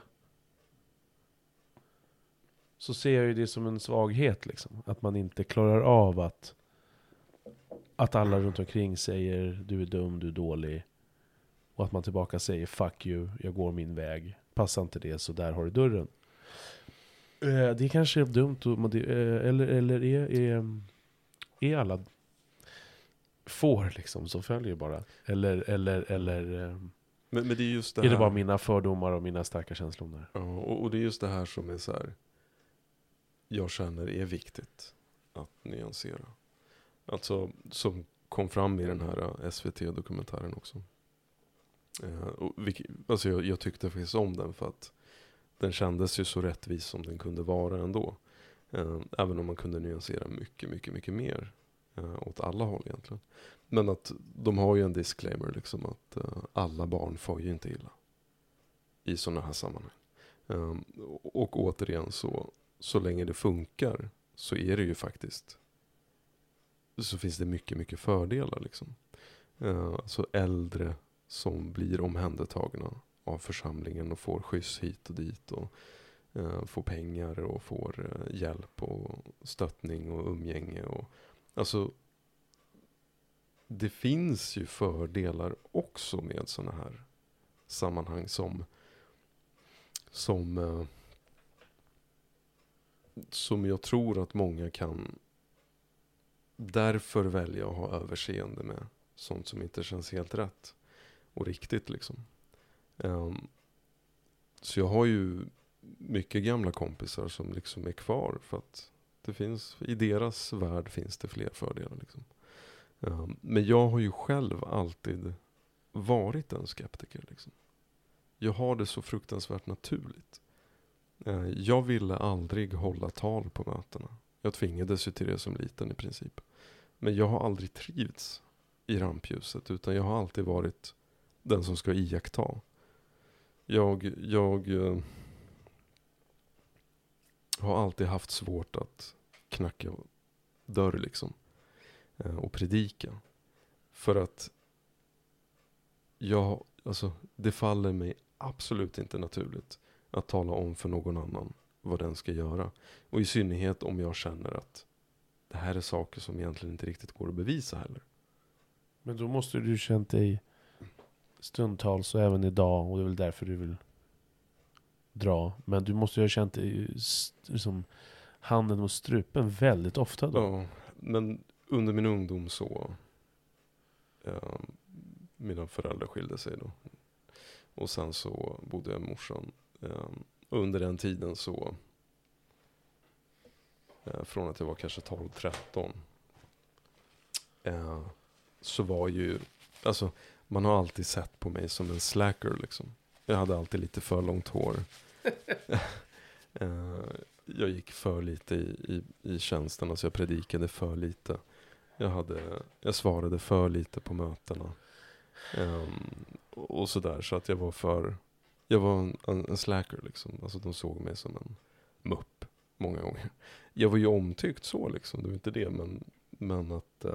ser jag ju det som en svaghet liksom, att man inte klarar av att alla runt omkring säger du är dum, du är dålig, och att man tillbaka säger fuck you, jag går min väg, passar inte det så där har du dörren. Det kanske är dumt eller är alla får liksom så följer bara eller men det är just det är det här. bara mina fördomar och mina starka känslor där? Ja, och det är just det här som är så här, jag känner är viktigt att nyansera. Alltså som kom fram i den här SVT-dokumentären också. Alltså jag tyckte faktiskt om den för att den kändes ju så rättvis som den kunde vara ändå. Även om man kunde nyansera mycket, mycket, mycket mer åt alla håll egentligen. Men att de har ju en disclaimer liksom att alla barn får ju inte illa i sådana här sammanhang. Och återigen så länge det funkar så är det ju faktiskt, så finns det mycket, mycket fördelar liksom. Alltså äldre som blir omhändertagna av församlingen och får skjuts hit och dit och får pengar och får hjälp och stöttning och umgänge och alltså det finns ju fördelar också med såna här sammanhang som jag tror att många kan därför välja att ha överseende med sånt som inte känns helt rätt och riktigt liksom. Så jag har ju mycket gamla kompisar som liksom är kvar för att det finns, i deras värld finns det fler fördelar liksom. Men jag har ju själv alltid varit en skeptiker liksom. Jag har det så fruktansvärt naturligt. Jag ville aldrig hålla tal på mötena. Jag tvingades ju till det som liten i princip. Men jag har aldrig trivts i rampljuset, utan jag har alltid varit den som ska iaktta. Jag har alltid haft svårt att knacka dörr liksom. Och predika. För att det faller mig absolut inte naturligt att tala om för någon annan vad den ska göra. Och i synnerhet om jag känner att det här är saker som egentligen inte riktigt går att bevisa heller. Men då måste du känt dig stundtals och även idag, och det är väl därför du vill dra. Men du måste ju ha känt dig liksom handen mot strupen väldigt ofta då. Ja, men under min ungdom så mina föräldrar skilde sig då. Och sen så bodde jag med morsan. Under den tiden så från att jag var kanske 12-13 så var ju, alltså man har alltid sett på mig som en slacker liksom. Jag hade alltid lite för långt hår. Jag gick för lite i tjänsten, alltså jag predikade för lite. Jag svarade för lite på mötena. Och sådär, så att jag var en slacker liksom. Alltså de såg mig som en mupp många gånger. Jag var ju omtyckt så liksom, det var inte det, men att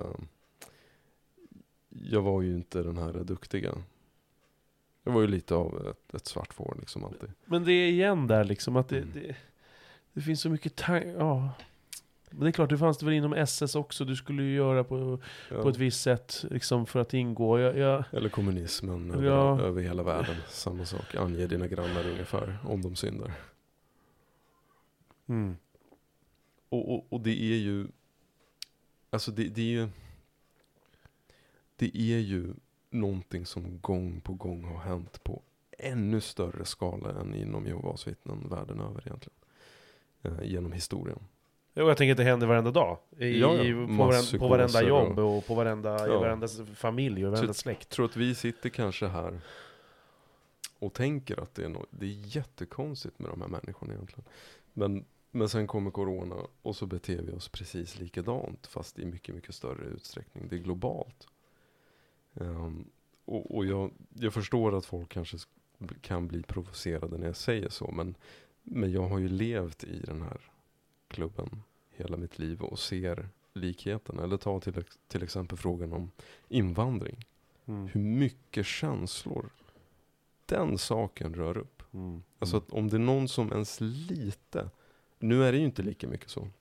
jag var ju inte den här duktiga. Jag var ju lite av ett svart får liksom alltid. Men det är igen där liksom att det finns så mycket ja. Men det är klart, det fanns det väl inom SS också. Du skulle ju göra på ett visst sätt liksom, för att ingå. Eller kommunismen över hela världen. Samma sak. Ange dina grannar ungefär om de syndar. Mm. Och det är ju, alltså det är ju någonting som gång på gång har hänt på ännu större skala än inom Jehovas vittnen världen över egentligen. Genom historien. Jo, jag tänker att det händer varenda dag. På varenda jobb och på varenda familj och varenda släkt. Jag tror att vi sitter kanske här och tänker att det är jättekonstigt med de här människorna egentligen. Men sen kommer corona och så beter vi oss precis likadant, fast i mycket, mycket större utsträckning. Det är globalt. Och jag förstår att folk kanske kan bli provocerade när jag säger så, men jag har ju levt i den här klubben hela mitt liv och ser likheten. Eller ta till exempel frågan om invandring. Hur mycket känslor den saken rör upp. Alltså att om det är någon som ens lite, nu är det ju inte lika mycket så.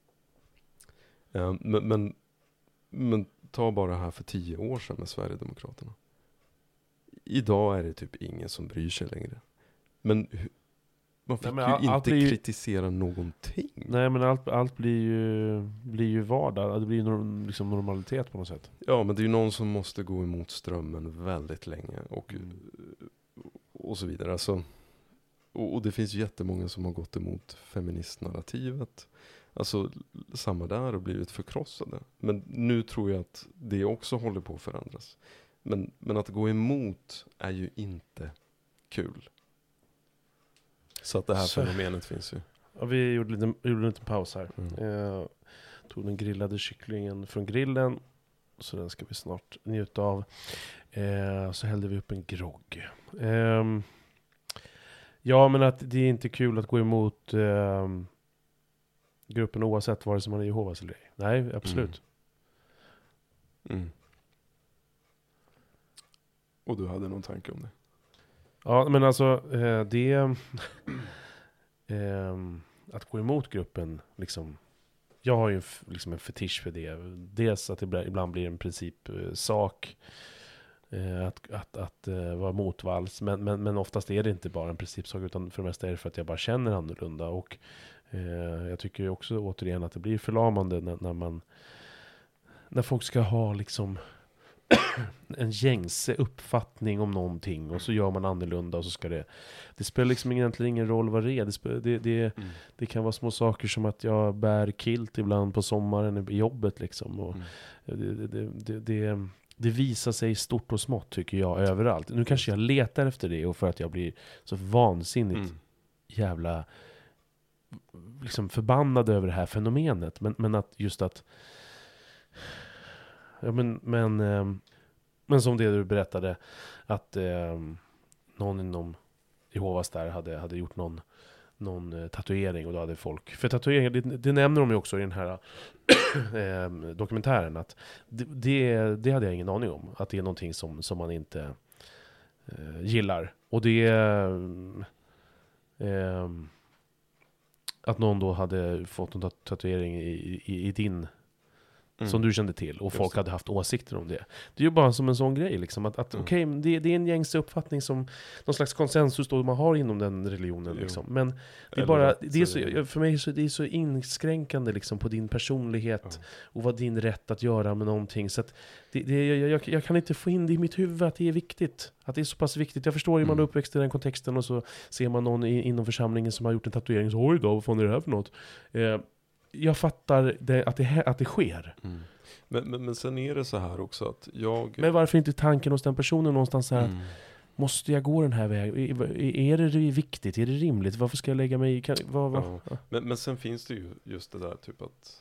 Men ta bara här för 10 år sedan med Sverigedemokraterna. Idag är det typ ingen som bryr sig längre. Men man fick ju inte kritisera någonting. Nej, men allt blir ju vardag. Det blir liksom normalitet på något sätt. Ja, men det är ju någon som måste gå emot strömmen väldigt länge. Och så vidare. Alltså, och det finns jättemånga som har gått emot feministnarrativet. Alltså samma där och blivit förkrossade. Men nu tror jag att det också håller på att förändras. Men att gå emot är ju inte kul. Så att det här fenomenet finns ju. Ja, vi gjorde en liten paus här. Tog den grillade kycklingen från grillen. Så den ska vi snart njuta av. Så hällde vi upp en grogg. Ja, men att det är inte kul att gå emot gruppen oavsett vare sig man är Jehovas eller ej. Nej, absolut. Och du hade någon tanke om det? Ja, men alltså att gå emot gruppen liksom jag har ju liksom en fetisch för det. Dels att det ibland blir en principsak. Att vara motvalls. Men oftast är det inte bara en principsak, utan för det mesta är det för att jag bara känner annorlunda. Och jag tycker ju också återigen att det blir förlamande när folk ska ha liksom en gängse uppfattning om någonting, och så gör man annorlunda, och så ska det spelar liksom egentligen ingen roll vad det är. Det kan vara små saker som att jag bär kilt ibland på sommaren i jobbet liksom, och det visar sig stort och smått, tycker jag, överallt. Nu kanske jag letar efter det, och för att jag blir så vansinnigt jävla liksom förbannad över det här fenomenet, men att just att ja, men som det du berättade, att någon inom Jehovas där hade gjort någon tatuering, och då hade folk, för tatueringar, det nämner de ju också i den här dokumentären, att det hade jag ingen aning om, att det är någonting som man inte gillar, och det att någon då hade fått en tatuering i din som du kände till, och folk hade haft åsikter om det. Det är ju bara som en sån grej liksom, att okej, det är en gängse uppfattning, som någon slags konsensus då man har inom den religionen liksom. Men det är bara det är så, för mig så det är så inskränkande liksom på din personlighet och vad din rätt att göra med någonting, så att jag kan inte få in det i mitt huvud att det är viktigt, att det är så pass viktigt. Jag förstår ju, man är uppväxt i den kontexten, och så ser man någon inom församlingen som har gjort en tatuering, så oj då, vad fan är det här för något? Jag fattar att det sker. Men sen är det så här också att Men varför inte tanken hos den personen någonstans så här att måste jag gå den här vägen? Är det viktigt? Är det rimligt? Varför ska jag lägga mig i? Ja. Men sen finns det ju just det där typ att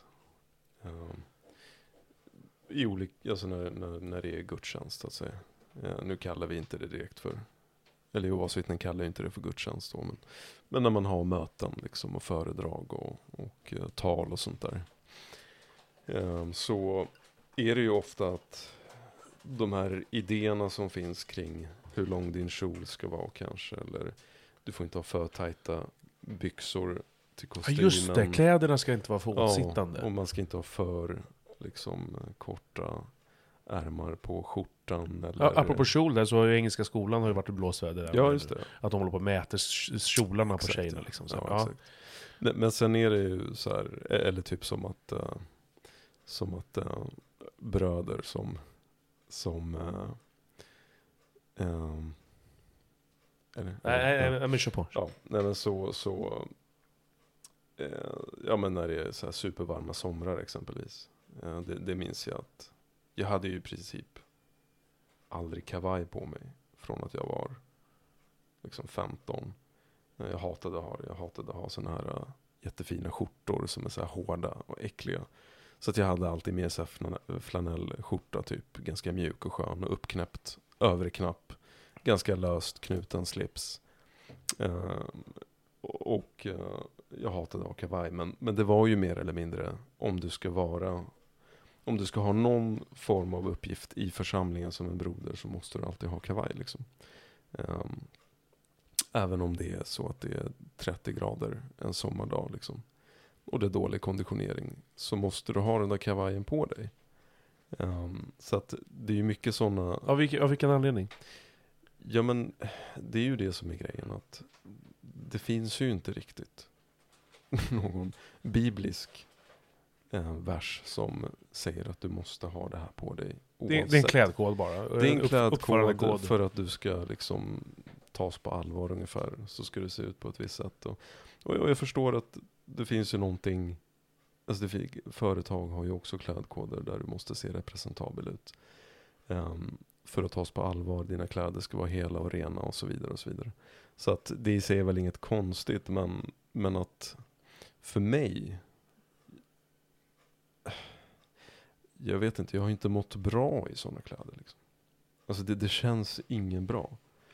i olika, alltså när det är gudstjänst att säga. Nu kallar vi inte det direkt för, eller oavsett kallar inte det för gudstjänst då, men när man har möten liksom, och föredrag och tal och sånt där, så är det ju ofta att de här idéerna som finns kring hur lång din kjol ska vara kanske, eller du får inte ha för tajta byxor till kostymen. Ja, just det, kläderna ska inte vara för åtsittande. Och man ska inte ha för liksom korta ärmar på skjortan. Eller... apropå kjol där, så har ju engelska skolan har ju varit i blåsväder där. Ja, just det. Att de håller på och mäter kjolarna exakt, på tjejerna liksom. Så. Ja. Men sen är det ju så här, eller typ som att bröder eller men kör på. Ja, nej men ja, men när det är så här supervarma somrar exempelvis. Det minns jag att jag hade ju i princip aldrig kavaj på mig från att jag var liksom 15. Jag hatade att ha såna här jättefina skjortor som är så här hårda och äckliga. Så att jag hade alltid med sig flanellskjorta typ, ganska mjuk och skön och uppknäppt övre knapp, ganska löst knuten slips. Och jag hatade att ha kavaj, men det var ju mer eller mindre om du ska ha någon form av uppgift i församlingen som en broder, så måste du alltid ha kavaj liksom. Även om det är så att det är 30 grader en sommardag liksom, och det är dålig konditionering, så måste du ha den där kavajen på dig. Så att det är ju mycket sådana... Av vilken anledning? Ja, men det är ju det som är grejen, att det finns ju inte riktigt någon biblisk vers som säger att du måste ha det här på dig oavsett. Det är en klädkod bara. Det är en klädkod för att du ska liksom tas på allvar ungefär. Så ska det se ut på ett visst sätt. Och jag förstår att det finns ju någonting, alltså företag har ju också klädkoder där du måste se representabel ut. För att tas på allvar, dina kläder ska vara hela och rena och så vidare och så vidare. Så att det i sig är väl inget konstigt, men att för mig, jag vet inte, jag har inte mått bra i sådana kläder liksom. Alltså det känns ingen bra.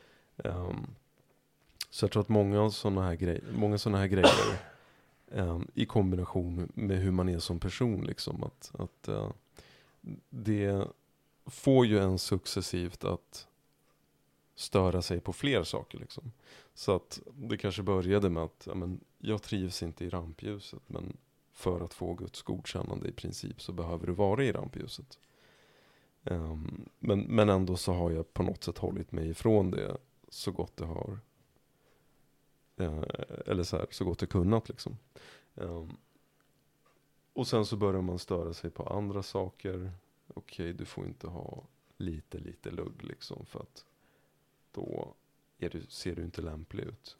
Så jag tror att många sådana här grejer i kombination med hur man är som person liksom, att det får ju en successivt att störa sig på fler saker liksom. Så att det kanske började med att jag trivs inte i rampljuset, men för att få Guds godkännande i princip så behöver du vara i rampljuset. Men ändå så har jag på något sätt hållit mig ifrån det så gott det har. Eller så gott det kunnat liksom. Och sen så börjar man störa sig på andra saker. Okej, du får inte ha lite lugg liksom, för att då ser du inte lämplig ut.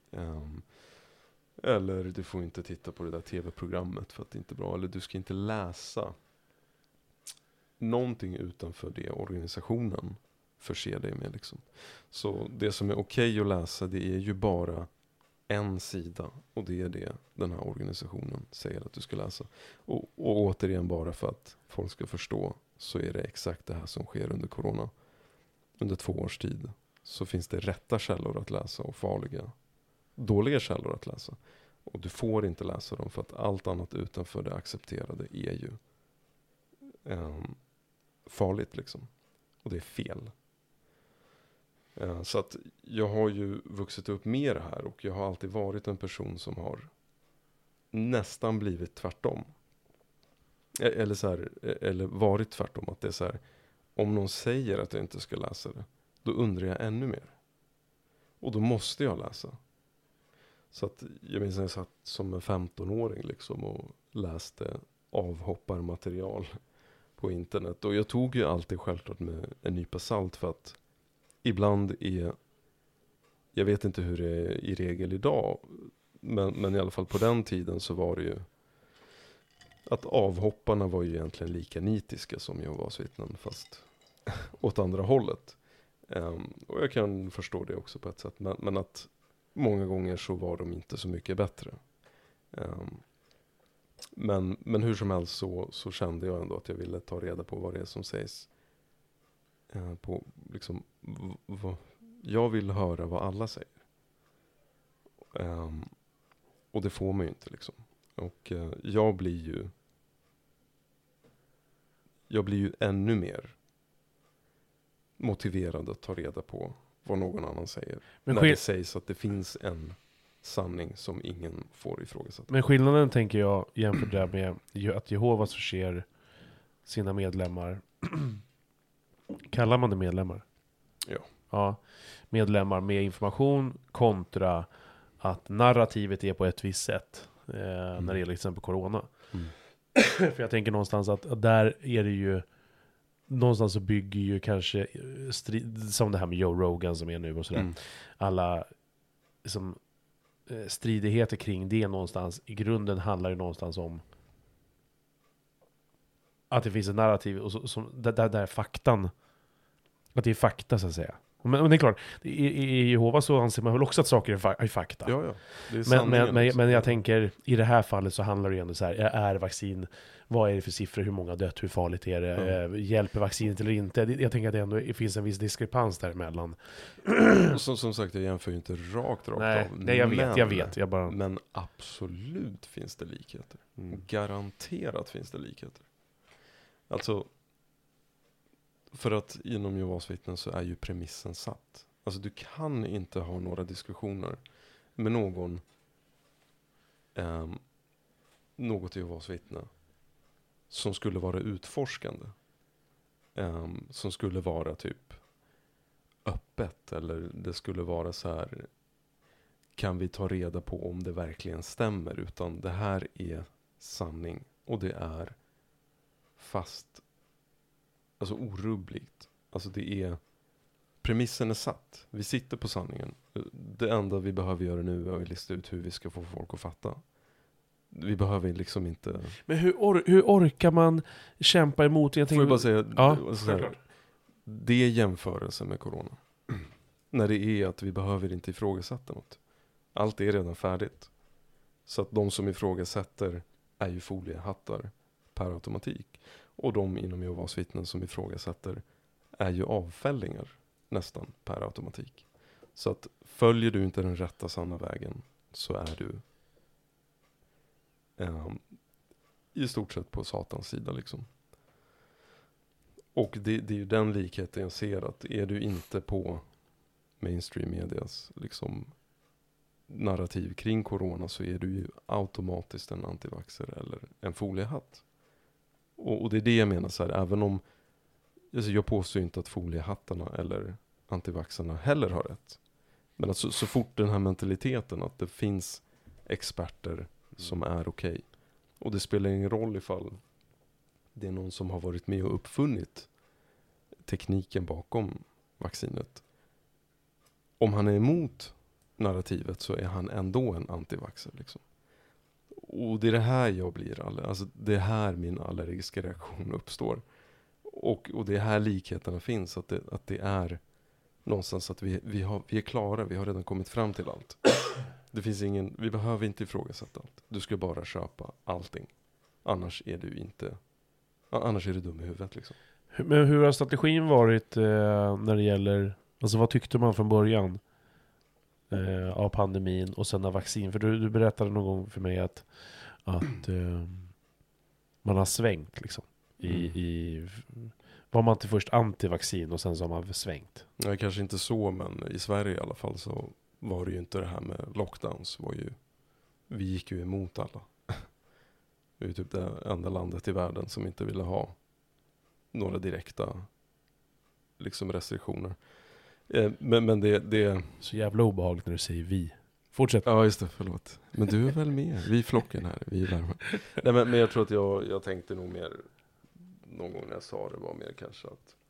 Eller du får inte titta på det där tv-programmet för att det inte är bra. Eller du ska inte läsa någonting utanför det organisationen förser dig med liksom. Så det som är okej att läsa, det är ju bara en sida, och det är det den här organisationen säger att du ska läsa. Och återigen, bara för att folk ska förstå, så är det exakt det här som sker under corona. Under 2 års tid så finns det rätta källor att läsa och dåliga källor att läsa. Och du får inte läsa dem, för att allt annat utanför det accepterade är ju farligt liksom. Och det är fel. Så att jag har ju vuxit upp med det här, och jag har alltid varit en person som har nästan blivit tvärtom. Eller varit tvärtom, att det är så här, om någon säger att jag inte ska läsa det, då undrar jag ännu mer. Och då måste jag läsa. Så att jag minns när jag satt som en 15-åring liksom och läste avhopparmaterial på internet. Och jag tog ju alltid självklart med en nypa salt, för att ibland jag vet inte hur det är i regel idag, men i alla fall på den tiden så var det ju att avhopparna var ju egentligen lika nitiska som Jehovas vittnen, fast åt andra hållet. Och jag kan förstå det också på ett sätt, men att många gånger så var de inte så mycket bättre. Men hur som helst så kände jag ändå att jag ville ta reda på vad det är som sägs. På liksom, jag vill höra vad alla säger. Och det får man ju inte liksom. Och jag blir ju ännu mer motiverad att ta reda på vad någon annan säger. Men när det sägs att det finns en sanning som ingen får ifrågasätta. Men skillnaden, tänker jag, jämfört där med att Jehovas förser sina medlemmar, kallar man det medlemmar? Ja, medlemmar med information kontra att narrativet är på ett visst sätt när det gäller till exempel corona. För jag tänker någonstans att där är det ju någonstans så bygger ju kanske som det här med Joe Rogan som är nu och sådär. Alla liksom, stridigheter kring det någonstans i grunden handlar ju någonstans om att det finns ett narrativ och där faktan, att det är fakta så att säga. Men det är klart, i Jehova så anser man väl också att saker är fakta. Ja. Det är men jag tänker, i det här fallet så handlar det ju ändå så här, är vaccin, vad är det för siffror, hur många dött, hur farligt är det, hjälper vaccinet eller inte? Jag tänker att det ändå finns en viss diskrepans däremellan. Och som sagt, jag jämför ju inte rakt av. Nej, jag vet. Men absolut finns det likheter. Garanterat finns det likheter. Alltså, för att inom Jehovas vittnen så är ju premissen satt. Alltså du kan inte ha några diskussioner med något Jehovas vittne som skulle vara utforskande. Som skulle vara typ öppet, eller det skulle vara så här, kan vi ta reda på om det verkligen stämmer, utan det här är sanning och det är fast, alltså orubbligt. Alltså det är, premissen är satt. Vi sitter på sanningen. Det enda vi behöver göra nu är att lista ut hur vi ska få folk att fatta. Vi behöver liksom inte... Men hur orkar man kämpa emot? Får jag bara säga, det är jämförelse med corona. När det är att vi behöver inte ifrågasätta något. Allt är redan färdigt. Så att de som ifrågasätter är ju foliehattar per automatik. Och de inom Jehovas vittnen som ifrågasätter är ju avfällingar nästan per automatik. Så att följer du inte den rätta sanna vägen så är du i stort sett på satans sida liksom. Och det är ju den likheten jag ser, att är du inte på mainstream medias liksom narrativ kring corona så är du ju automatiskt en antivaxxer eller en foliehatt. Och det är det jag menar så här, även om alltså jag påstår inte att foliehattarna eller antivaxxarna heller har rätt. Men alltså, så fort den här mentaliteten att det finns experter som är okej. Och det spelar ingen roll ifall det är någon som har varit med och uppfunnit tekniken bakom vaccinet. Om han är emot narrativet så är han ändå en antivaxxer liksom. Och det är det här jag blir alltså det är här min allergiska reaktion uppstår. Och det är här likheterna finns, att det är någonstans att vi är klara, vi har redan kommit fram till allt. Det finns vi behöver inte ifrågasätta allt. Du ska bara köpa allting. Annars är du dum i huvudet liksom. Men hur har strategin varit när det gäller, alltså vad tyckte man från början av pandemin och sen av vaccin? För du berättade någon gång för mig att man har svängt liksom. Var man inte först antivaccin och sen så har man svängt? Nej, kanske inte så, men i Sverige i alla fall så var det ju inte det här med lockdowns. Vi gick ju emot alla. Vi är typ det enda landet i världen som inte ville ha några direkta liksom restriktioner. Men det... Så jävla obehagligt när du säger vi. Fortsätt. Ja, just det, förlåt. Men du är väl med? Vi är flocken här, vi är värme. Nej, men jag tror att jag tänkte nog mer, någon gång när jag sa det var mer kanske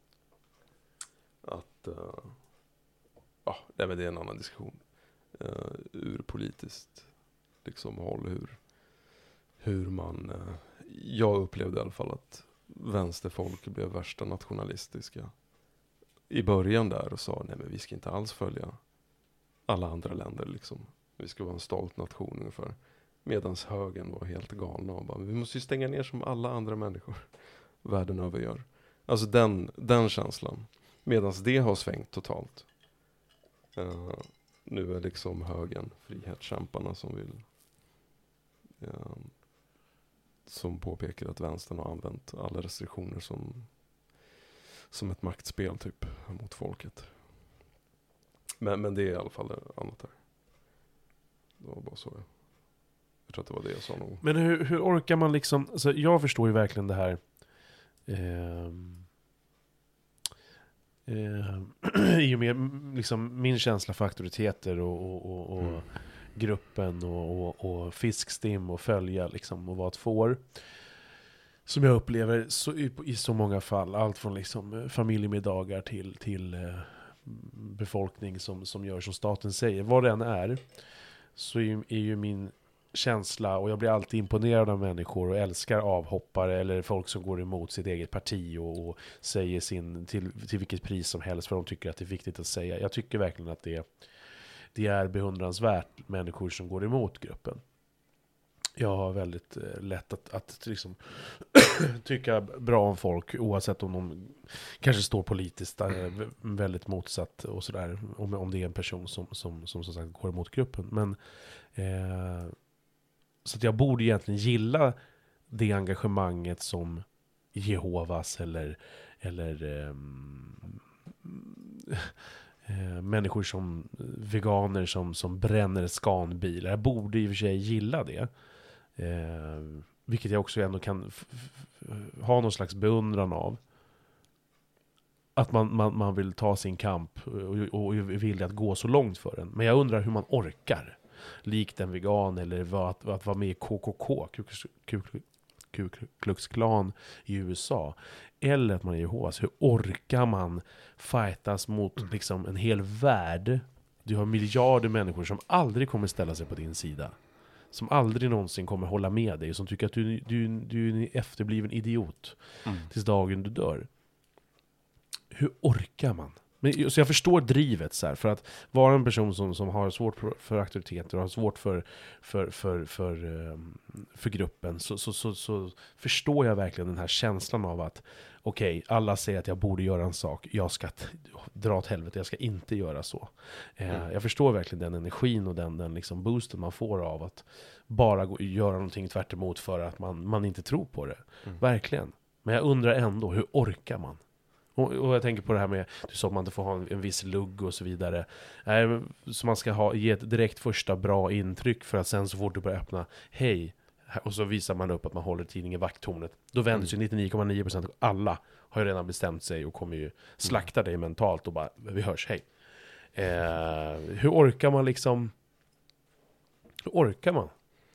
nej, men det är en annan diskussion. Ur politiskt liksom håll, hur man... jag upplevde i alla fall att vänsterfolk blev värsta nationalistiska i början där och sa nej, men vi ska inte alls följa alla andra länder liksom. Vi ska vara en stolt nation ungefär. Medans högern var helt galna och bara, vi måste ju stänga ner som alla andra människor världen över gör. Alltså den känslan. Medans det har svängt totalt. Nu är liksom högern, frihetskämparna som vill som påpekar att vänstern har använt alla restriktioner som ett maktspel typ mot folket. Men det är i alla fall annat där. Det var bara så. Jag tror att det var det jag sa nog. Men hur orkar man liksom, alltså jag förstår ju verkligen det här i och med liksom min känsla för auktoriteter och gruppen och fiskstim och följa liksom och vara ett får. Som jag upplever så, i så många fall, allt från liksom familjemiddagar till befolkning som gör som staten säger. Vad det än är så är ju min känsla, och jag blir alltid imponerad av människor och älskar avhoppare eller folk som går emot sitt eget parti och säger till vilket pris som helst för de tycker att det är viktigt att säga. Jag tycker verkligen att det är beundransvärt människor som går emot gruppen. Jag har väldigt lätt att liksom tycka bra om folk oavsett om de kanske står politiskt väldigt motsatt och sådär, om det är en person som sagt går emot gruppen. Men så att jag borde egentligen gilla det engagemanget som Jehovas eller människor som veganer som bränner skanbilar. Jag borde i och för sig gilla det. Vilket jag också ändå kan ha någon slags beundran av. Att man vill ta sin kamp och vill att gå så långt för den. Men jag undrar hur man orkar. Likt en vegan eller att vara med i KKK, Ku Klux Klan i USA. Eller att man är Jehovas. Hur orkar man fightas mot liksom en hel värld? Du har miljarder människor som aldrig kommer ställa sig på din sida. Som aldrig någonsin kommer hålla med dig. Som tycker att du är en efterbliven idiot. Tills dagen du dör. Hur orkar man? Men, så jag förstår drivet så här, för att vara en person som har svårt för auktoriteter och har svårt för gruppen, så förstår jag verkligen den här känslan av att okej, alla säger att jag borde göra en sak, jag ska dra åt helvete, jag ska inte göra så. Jag förstår verkligen den energin och den liksom boosten man får av att bara göra någonting tvärt emot för att man inte tror på det. Verkligen. Men jag undrar ändå, hur orkar man? Och jag tänker på det här med så att man inte får ha en viss lugg och så vidare. Så man ska ge ett direkt första bra intryck för att sen så fort du börjar öppna, hej, och så visar man upp att man håller tidningen i vakttornet. Då vänder sig 99,9% och alla har ju redan bestämt sig och kommer ju slakta dig mentalt och bara, vi hörs, hej. Hur orkar man liksom... Hur orkar man?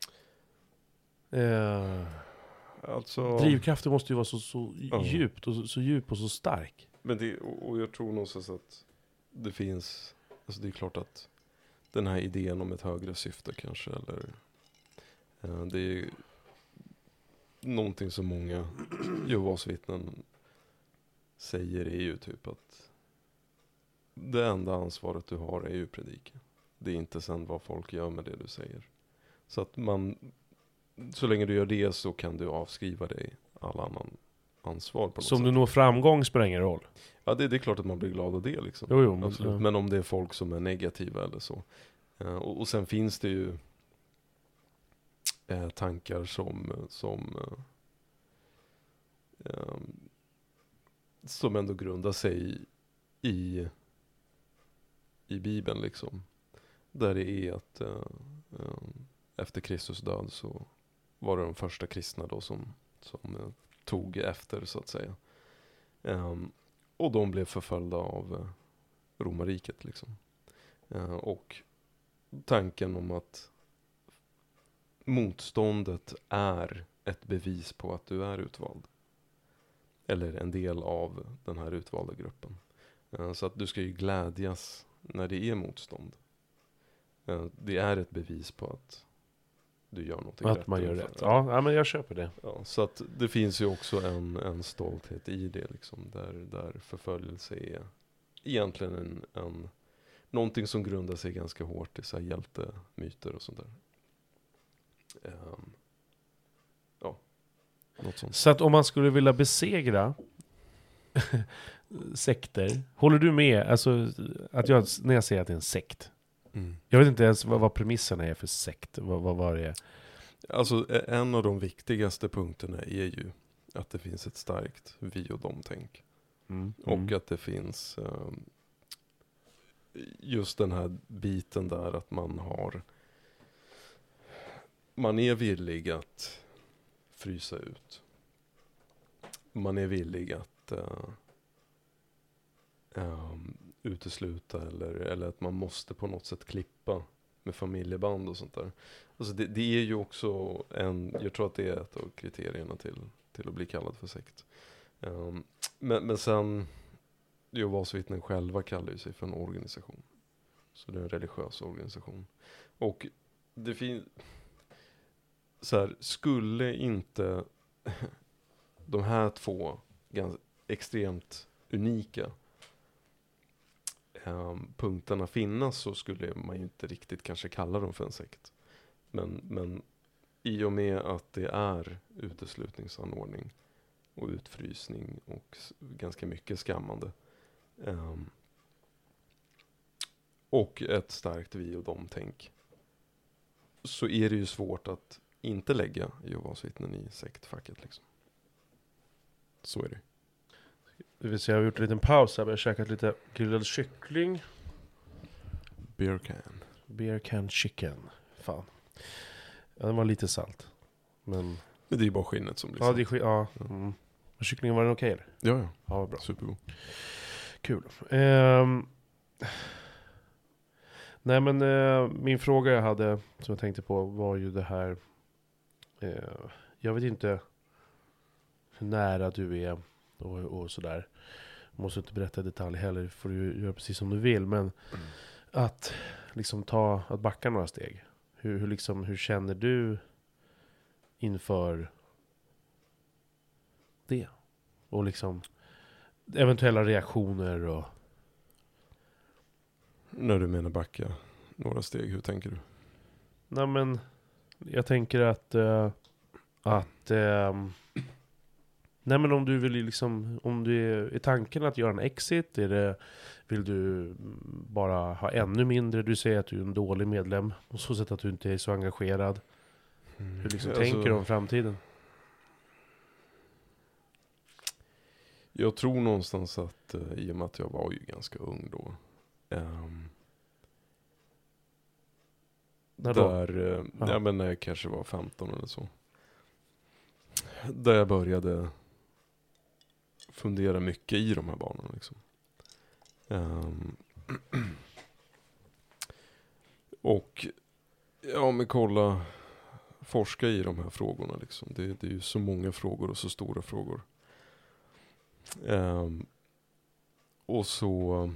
Alltså... Drivkraften måste ju vara så djupt och så djup och så stark. Men det, och jag tror någonstans att det finns, alltså det är klart att den här idén om ett högre syfte kanske, eller det är någonting som många Jehovas vittnen säger är ju typ att det enda ansvaret du har är ju predika. Det är inte sen vad folk gör med det du säger. Så att så länge du gör det så kan du avskriva dig all annan ansvar på något Så om sätt. du når framgång spelar ingen roll. Ja, det är klart att man blir glad av det liksom. Jo, absolut. ja. Men om det är folk som är negativa eller så. Och sen finns det ju tankar som ändå grundar sig i Bibeln liksom. Där det är att efter Kristus död så var det de första kristna då som tog efter så att säga. Och de blev förföljda av romarriket liksom. Och tanken om att motståndet är ett bevis på att du är utvald. Eller en del av den här utvalda gruppen. Så att du ska ju glädjas när det är motstånd. Det är ett bevis på att du gör något rätt. Att man gör rätt. Ja, men jag köper det. Ja, så att det finns ju också en stolthet i det liksom. Där förföljelse är egentligen någonting som grundar sig ganska hårt i så här hjältemyter och sånt där. Ja, något sånt. Så att om man skulle vilja besegra sekter, håller du med? Alltså, när jag säger att det är en sekt. Jag vet inte ens vad premisserna är för sekt. Vad det är. Alltså en av de viktigaste punkterna är ju att det finns ett starkt vi och dem-tänk. Och att det finns just den här biten där att man är villig att frysa ut. Man är villig att utesluta eller att man måste på något sätt klippa med familjeband och sånt där. Alltså det är ju också jag tror att det är ett av kriterierna till att bli kallad för sekt. Men sen Jehovas vittnen själva kallar ju sig för en organisation. Så det är en religiös organisation. Och det finns så här, skulle inte de här två ganska extremt unika punkterna finnas, så skulle man ju inte riktigt kanske kalla dem för en sekt. Men i och med att det är uteslutningsanordning och utfrysning och ganska mycket skammande och ett starkt vi och dem-tänk, så är det ju svårt att inte lägga Jehovas vittnen i sektfacket liksom. Så är det. Det vill säga, jag har gjort en liten paus här. Jag har käkat lite grillad kyckling. Beer can chicken. Fan. Ja, den var lite salt. Men det är ju bara skinnet som blir ja, salt. det är ja. Och kycklingen, var den okej eller? Ja. Ja, bra. Supergod. Kul. Nej men min fråga jag hade, som jag tänkte på, var ju det här. Jag vet inte hur nära du är och sådär. Måste inte berätta i detalj heller, får du göra precis som du vill. Men att liksom att backa några steg. Hur känner du inför det? Och liksom eventuella reaktioner och... När du menar backa några steg, hur tänker du? Nej men, jag tänker att nej men om du vill liksom, om du är tanken att göra en exit, vill du bara ha ännu mindre? Du säger att du är en dålig medlem på så sätt att du inte är så engagerad. Hur tänker du om framtiden? Jag tror någonstans att i och med att jag var ju ganska ung då. När då? Ja, men när jag kanske var 15 eller så. Där jag började fundera mycket i de här banorna liksom. Och ja, men forska i de här frågorna liksom. Det är ju så många frågor och så stora frågor. Och så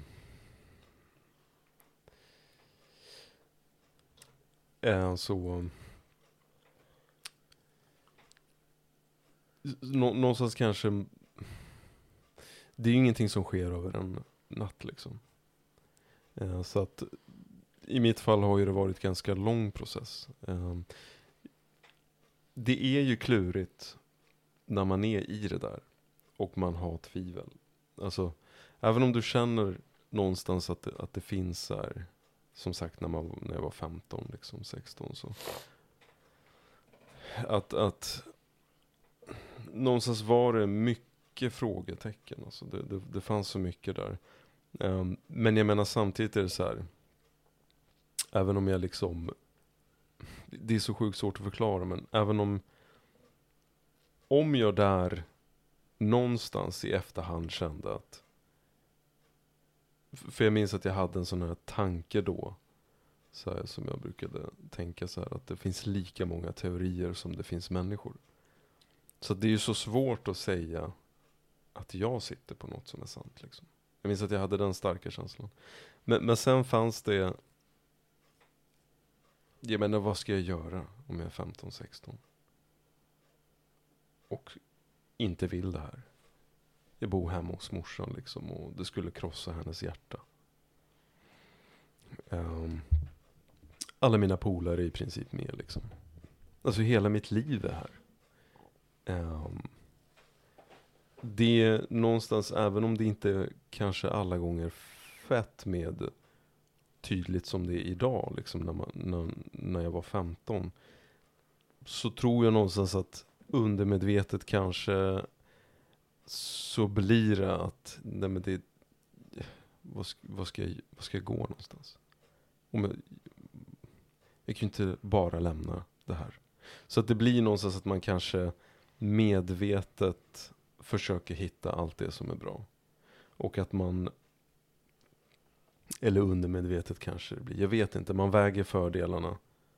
någonstans kanske det är ju ingenting som sker över en natt liksom. Så att i mitt fall har ju det varit ganska lång process. Det är ju klurigt när man är i det där och man har tvivel. Alltså, även om du känner någonstans att det finns så här, som sagt när jag var 15, liksom 16 så. Att någonstans var det mycket frågetecken. Alltså det fanns så mycket där. Men jag menar samtidigt är det så här. Även om jag liksom. Det är så sjukt svårt att förklara. Men även om jag där någonstans i efterhand kände att. För jag minns att jag hade en sån här tanke då. Så här, som jag brukade tänka så här. Att det finns lika många teorier som det finns människor. Så det är ju så svårt att säga att jag sitter på något som är sant liksom. Jag minns att jag hade den starka känslan. Men sen fanns det. Jag menar, vad ska jag göra om jag är 15-16? Och inte vill det här. Jag bor hemma hos morsan liksom. Och det skulle krossa hennes hjärta. Alla mina polare är i princip med liksom. Alltså hela mitt liv är här. Det är någonstans, även om det inte kanske alla gånger fett med tydligt som det är idag liksom när jag var 15, så tror jag någonstans att undermedvetet kanske så blir det att nej men det, vad ska jag gå någonstans? Jag kan ju inte bara lämna det här. Så att det blir någonstans att man kanske medvetet försöker hitta allt det som är bra. Och att man, eller undermedvetet kanske det blir, jag vet inte, man väger fördelarna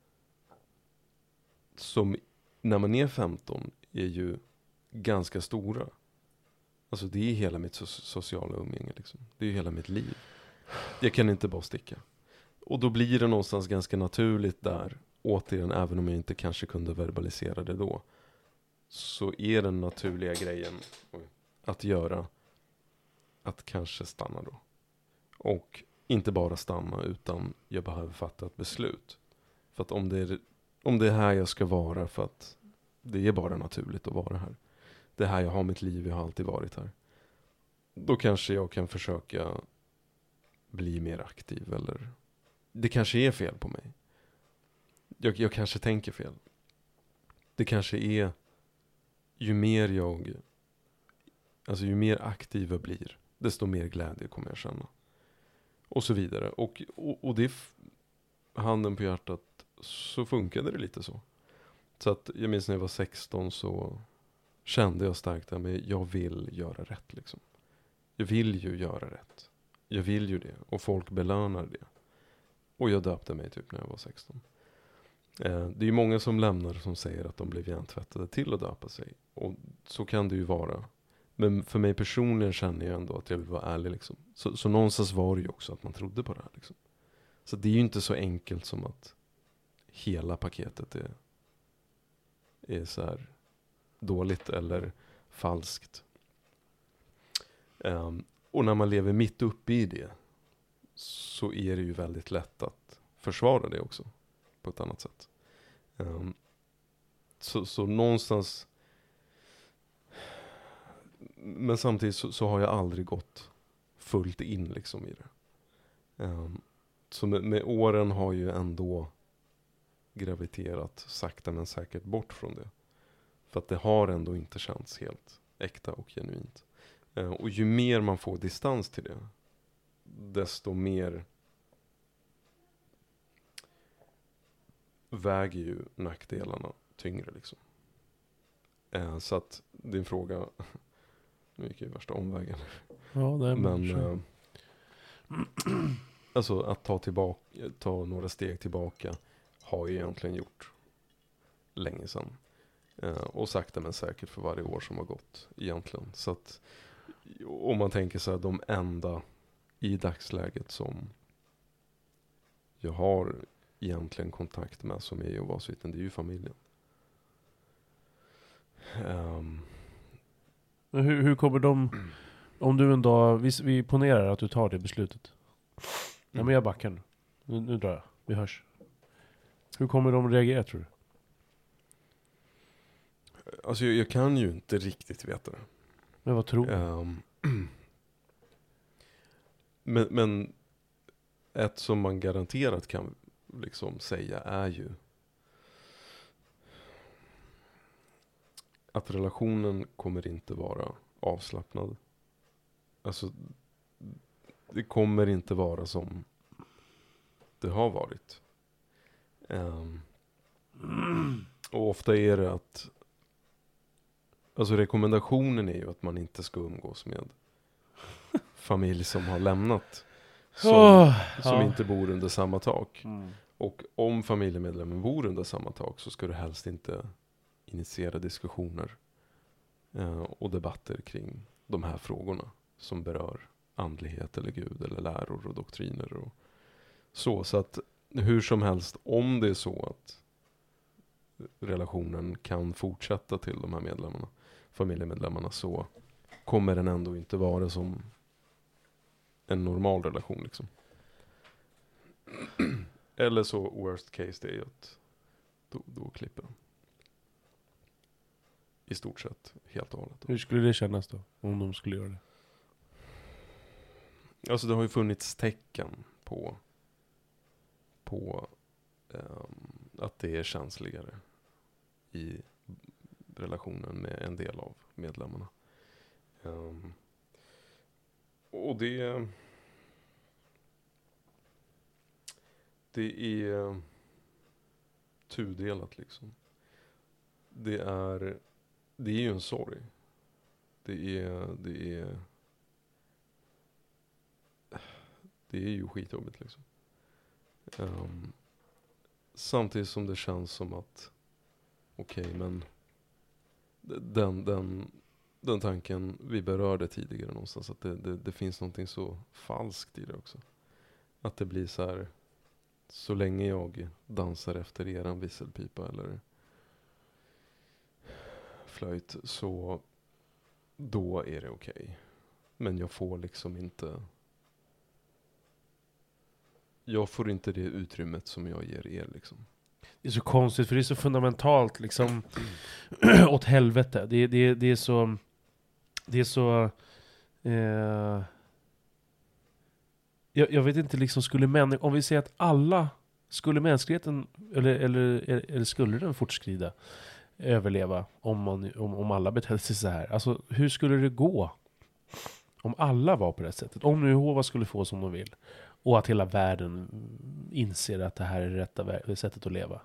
som när man är 15 är ju ganska stora. Alltså det är hela mitt sociala umgänge liksom. Det är ju hela mitt liv. Jag kan inte bara sticka. Och då blir det någonstans ganska naturligt där, återigen, även om jag inte kanske kunde verbalisera det då, så är den naturliga grejen att göra att kanske stanna då. Och inte bara stanna, utan jag behöver fatta ett beslut. För att om det är här jag ska vara, för att det är bara naturligt att vara här. Det är här jag har mitt liv, jag har alltid varit här. Då kanske jag kan försöka bli mer aktiv, eller det kanske är fel på mig. Jag kanske tänker fel. Det kanske är ju mer aktiv jag blir, desto mer glädje kommer jag känna. Och så vidare. Och det handen på hjärtat, så funkade det lite så. Så att jag minns när jag var 16 så kände jag starkt att jag vill göra rätt liksom. Jag vill ju göra rätt. Jag vill ju det. Och folk belönar det. Och jag döpte mig typ när jag var 16. Det är ju många som lämnar som säger att de blev hjärntvättade till att döpa sig. Och så kan det ju vara. Men för mig personligen känner jag ändå att jag vill vara ärlig liksom. Så någonstans var det ju också att man trodde på det här liksom. Så det är ju inte så enkelt som att hela paketet är så här dåligt eller falskt. Och när man lever mitt uppe i det, så är det ju väldigt lätt att försvara det också på ett annat sätt. Så någonstans, men samtidigt så har jag aldrig gått fullt in liksom i det. Så med åren har ju ändå graviterat sakta men säkert bort från det. För att det har ändå inte känts helt äkta och genuint. Och ju mer man får distans till det, desto mer väger ju nackdelarna tyngre liksom. Så att din fråga, nu gick jag i värsta omvägen. Ja, det är Men alltså att ta några steg tillbaka har jag egentligen gjort länge sedan. Och sakta men säkert för varje år som har gått egentligen. Så att om man tänker så här, de enda i dagsläget som jag har egentligen kontakt med som är Jehovas-vittnen, det är ju familjen. Men hur kommer de, om du en dag, vi ponerar att du tar det beslutet. Ja, men jag backar nu. Nu drar jag. Vi hörs. Hur kommer de reagera, tror du? Alltså jag kan ju inte riktigt veta det. Men vad tror du? Men ett som man garanterat kan liksom säga är ju att relationen kommer inte vara avslappnad. Alltså det kommer inte vara som det har varit. Och ofta är det att, alltså rekommendationen är ju att man inte ska umgås med familj som har lämnat. Som inte bor under samma tak. Och om familjemedlemmen bor under samma tak så ska du helst inte initiera diskussioner och debatter kring de här frågorna som berör andlighet eller Gud eller läror och doktriner och så att hur som helst, om det är så att relationen kan fortsätta till de här familjemedlemmarna, så kommer den ändå inte vara som en normal relation liksom. Eller så worst case, det är att då klipper de. I stort sett helt och hållet. Hur skulle det kännas då, om de skulle göra det? Alltså det har ju funnits tecken på att det är känsligare i relationen med en del av medlemmarna. Och det är tudelat liksom. Det är ju en sorg. Det är ju skitjobbigt liksom. Samtidigt som det känns som att okej, men den tanken vi berörde tidigare någonstans, att det finns någonting så falskt i det också. Att det blir så här, så länge jag dansar efter eran visselpipa eller flöjt, så då är det okej. Men jag får liksom inte, jag får inte det utrymmet som jag ger er liksom. Det är så konstigt, för det är så fundamentalt liksom åt helvete. Det är så jag vet inte liksom, om vi säger att alla skulle mänskligheten eller skulle den fortskrida, överleva om alla betedde sig så här. Alltså hur skulle det gå om alla var på det sättet? Om nu Jehova skulle få som de vill och att hela världen inser att det här är det rätta sättet att leva.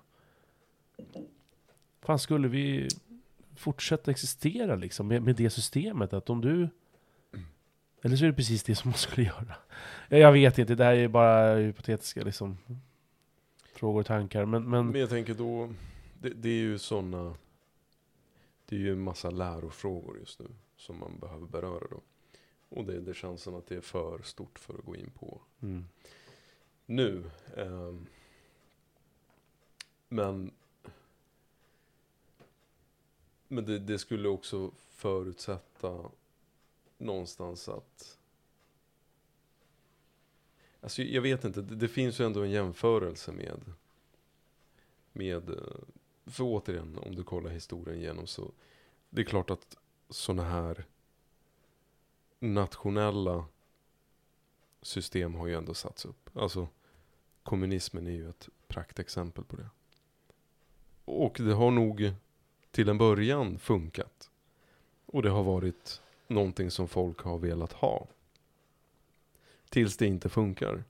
Fan, skulle vi fortsätta existera liksom med det systemet, att om du, eller så är det precis det som man skulle göra. Jag vet inte, det här är bara hypotetiska liksom frågor och tankar, men jag tänker då, det är ju såna, det är ju en massa lärofrågor just nu som man behöver beröra då. Och det känns som att det är för stort för att gå in på nu. Men det skulle också förutsätta någonstans att, alltså jag vet inte, det finns ju ändå en jämförelse med för återigen, om du kollar historien igenom, så det är klart att såna här nationella system har ju ändå satts upp. Alltså kommunismen är ju ett praktexempel på det. Och det har nog till en början funkat. Och det har varit någonting som folk har velat ha. Tills det inte funkar.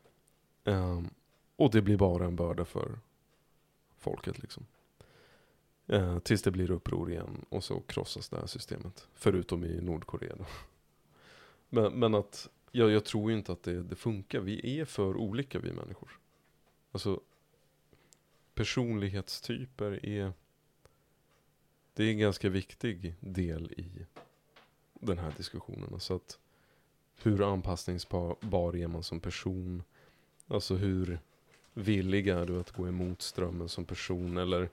Och det blir bara en börda för folket liksom. Tills det blir uppror igen och så krossas det här systemet. Förutom i Nordkorea då. Men att jag tror inte att det funkar. Vi är för olika, vi människor. Alltså personlighetstyper det är en ganska viktig del i den här diskussionen. Alltså att hur anpassningsbar är man som person? Alltså hur villig är du att gå emot strömmen som person? Eller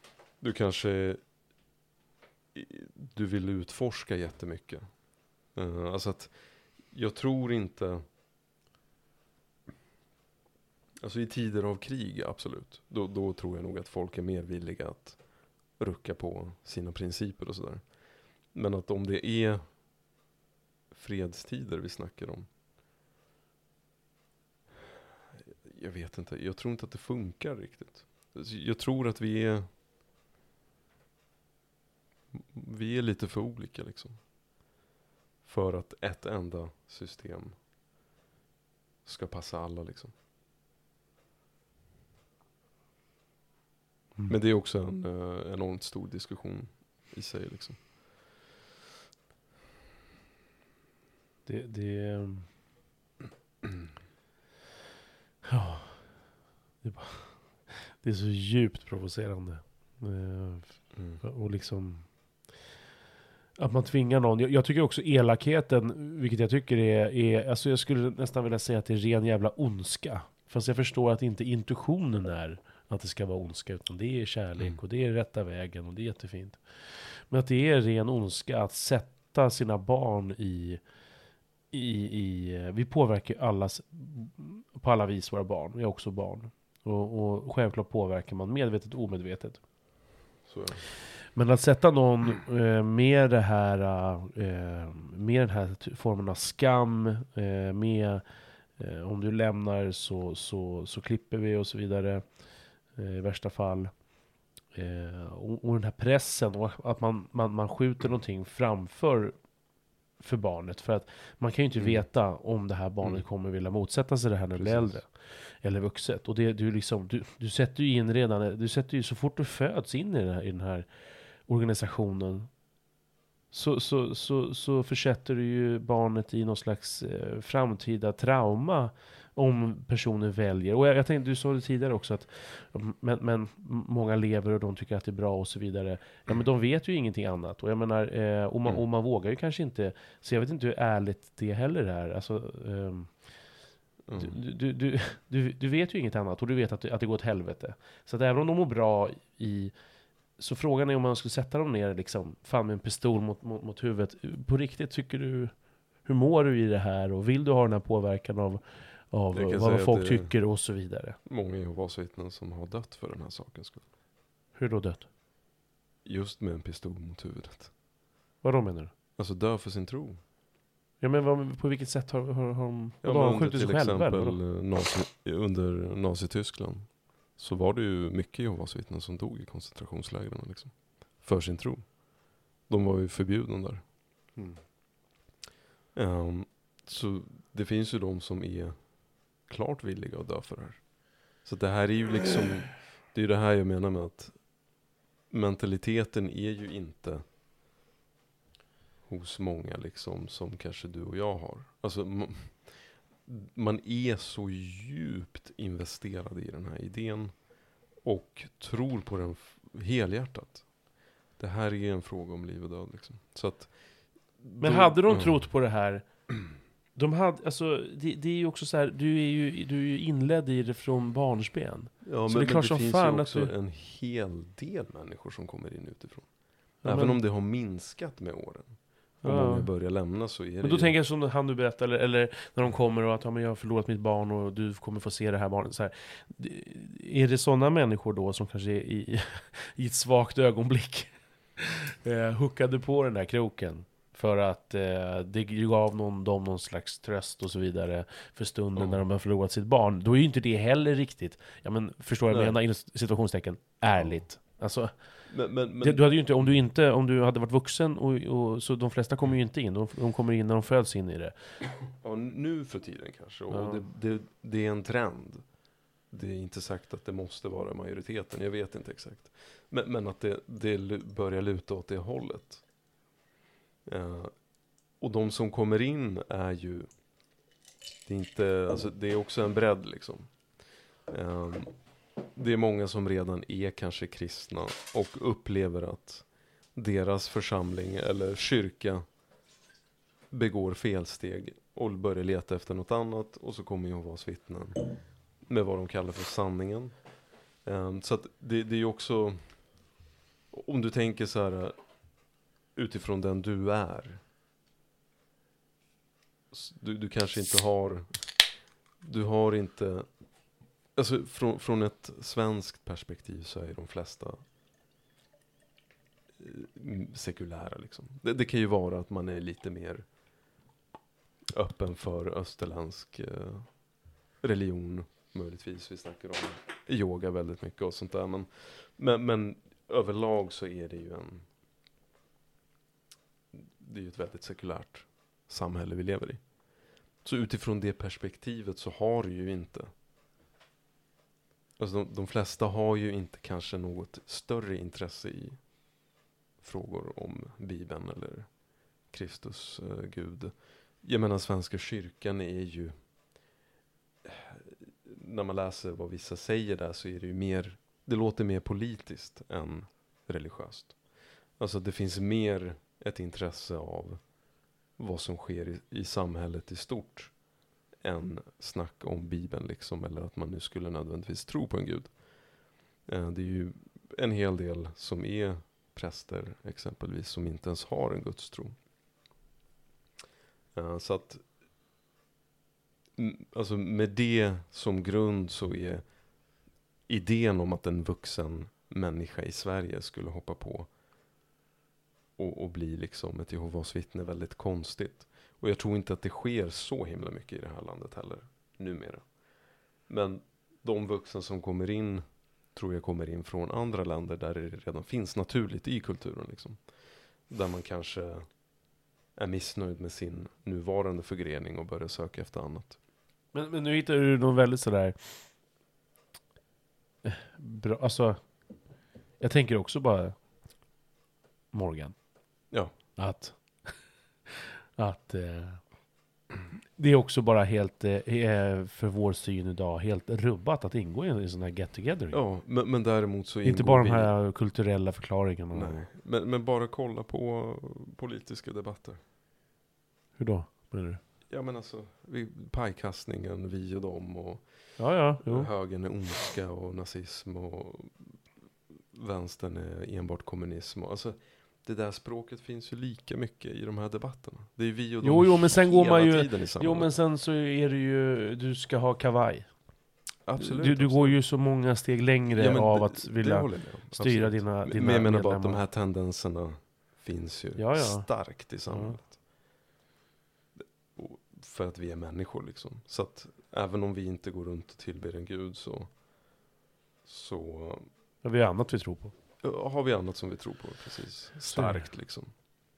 du vill utforska jättemycket. Alltså att jag tror inte... Alltså i tider av krig, absolut. Då tror jag nog att folk är mer villiga att rucka på sina principer och sådär. Men att om det är fredstider vi snackar om. Jag vet inte. Jag tror inte att det funkar riktigt. Jag tror att vi är lite för olika liksom. För att ett enda system ska passa alla liksom. Men det är också en enormt stor diskussion i sig liksom. Ja, det är så djupt provocerande. Och liksom att man tvingar någon. Jag tycker också elakheten, vilket jag tycker är alltså jag skulle nästan vilja säga att det är ren jävla ondska. Fast jag förstår att inte intuitionen är att det ska vara ondska, utan det är kärlek och det är rätta vägen och det är jättefint. Men att det är ren ondska att sätta sina barn i vi påverkar allas på alla vis våra barn. Vi är också barn. Och självklart påverkar man medvetet och omedvetet. Så är det. Men att sätta någon med den här formen av skam, om du lämnar så klipper vi och så vidare i värsta fall. Och den här pressen och att man skjuter någonting framför för barnet, för att man kan ju inte veta om det här barnet kommer vilja motsätta sig det här när det blir äldre eller vuxet. Och det du sätter ju in så fort du föds in i den här organisationen så försätter du ju barnet i någon slags framtida trauma om personen väljer. Och jag tänkte, du sa det tidigare också att men många lever och de tycker att det är bra och så vidare. Ja, men de vet ju ingenting annat. Och jag menar, och man vågar ju kanske inte, så jag vet inte hur ärligt det heller är. Alltså, du vet ju inget annat och du vet att det går åt helvete. Så att även om de mår bra så frågan är om man skulle sätta dem ner liksom, fan med en pistol mot huvudet. På riktigt, tycker du, hur mår du i det här? Och vill du ha den här påverkan av vad folk tycker och så vidare? Många Jehovas vittnen som har dött för den här saken. Hur då dött? Just med en pistol mot huvudet. Vad då menar du? Alltså dö för sin tro. Ja, men på vilket sätt har de skjutit sig själva? Till exempel under Nazityskland så var det ju mycket Jehovas vittnen som dog i koncentrationslägren liksom, för sin tro. De var ju förbjudna där. Så det finns ju de som är klart villiga att dö för det här. Så det här är ju liksom, det är ju det här jag menar med att mentaliteten är ju inte hos många liksom som kanske du och jag har. Alltså man är så djupt investerad i den här idén och tror på den helhjärtat. Det här är en fråga om liv och död liksom. Så att men hade de trott på det här? De hade, alltså, det är ju också så här, du är ju inledd i det från barnsben. Ja, så men det är klart som finns fan ju också att en hel del människor som kommer in utifrån. Ja, även men om det har minskat med åren. Och Ja. många börjar lämna så är det Men då ju... tänker jag som han du berättade, eller när de kommer och att men jag har förlorat mitt barn och du kommer få se det här barnet. Så här. Är det sådana människor då som kanske är i ett svagt ögonblick huckade på den här kroken? För att det gav dem någon slags tröst och så vidare för stunden när de har förlorat sitt barn. Då är ju inte det heller riktigt, ja men förstår jag menar, inom situationstecken, ärligt. Alltså, Men du hade ju inte, om du hade varit vuxen, så de flesta kommer ju inte in. De kommer in när de föds in i det. ja, nu för tiden kanske. Och Ja. det är en trend. Det är inte sagt att det måste vara majoriteten. Jag vet inte exakt. Men att det börjar luta åt det hållet. Och de som kommer in är ju... Det är inte... Alltså det är också en bredd liksom. Det är många som redan är kanske kristna och upplever att deras församling eller kyrka begår felsteg och börjar leta efter något annat, och så kommer Jehovas vittnen med vad de kallar för sanningen. Så att det är ju också, om du tänker så här utifrån den du är, du kanske inte har inte, alltså från ett svenskt perspektiv så är de flesta sekulära liksom. Det kan ju vara att man är lite mer öppen för österländsk religion möjligtvis. Vi snackar om yoga väldigt mycket och sånt där, men överlag så är det ju det är ju ett väldigt sekulärt samhälle vi lever i. Så utifrån det perspektivet så har du ju inte, alltså de flesta har ju inte kanske något större intresse i frågor om Bibeln eller Kristus, Gud. Jag menar, Svenska kyrkan är ju, när man läser vad vissa säger där, så är det ju mer, det låter mer politiskt än religiöst. Alltså det finns mer ett intresse av vad som sker i samhället i stort än snack om Bibeln liksom, eller att man nu skulle nödvändigtvis tro på en Gud. Det är ju en hel del som är präster exempelvis som inte ens har en gudstro. Så att alltså med det som grund så är idén om att en vuxen människa i Sverige skulle hoppa på och bli liksom ett Jehovas vittne väldigt konstigt. Och jag tror inte att det sker så himla mycket i det här landet heller numera. Men de vuxna som kommer in tror jag kommer in från andra länder där det redan finns naturligt i kulturen liksom. Där man kanske är missnöjd med sin nuvarande förgrening och börjar söka efter annat. Men nu hittar du någon väldigt sådär bra, alltså jag tänker också bara Morgan. Ja. Att det är också bara helt för vår syn idag helt rubbat att ingå i en sån här get together. Ja, men däremot så inte bara de här kulturella förklaringarna. Nej, men bara kolla på politiska debatter. Hur då, menar du? Ja, men alltså pajkastningen, vi och dem, och högern är ondska och nazism och vänstern är enbart kommunism. Och, alltså, det där språket finns ju lika mycket i de här debatterna. Det är vi och dem. Jo, men sen går man ju. Jo, men sen så är det ju, du ska ha kavaj. Absolut. Du går ju så många steg längre av att vilja styra dina men jag menar bara att de här tendenserna finns ju starkt i samhället. För att vi är människor liksom. Så att även om vi inte går runt och tillber en gud så har vi annat vi tror på. Har vi annat som vi tror på, precis. Starkt liksom.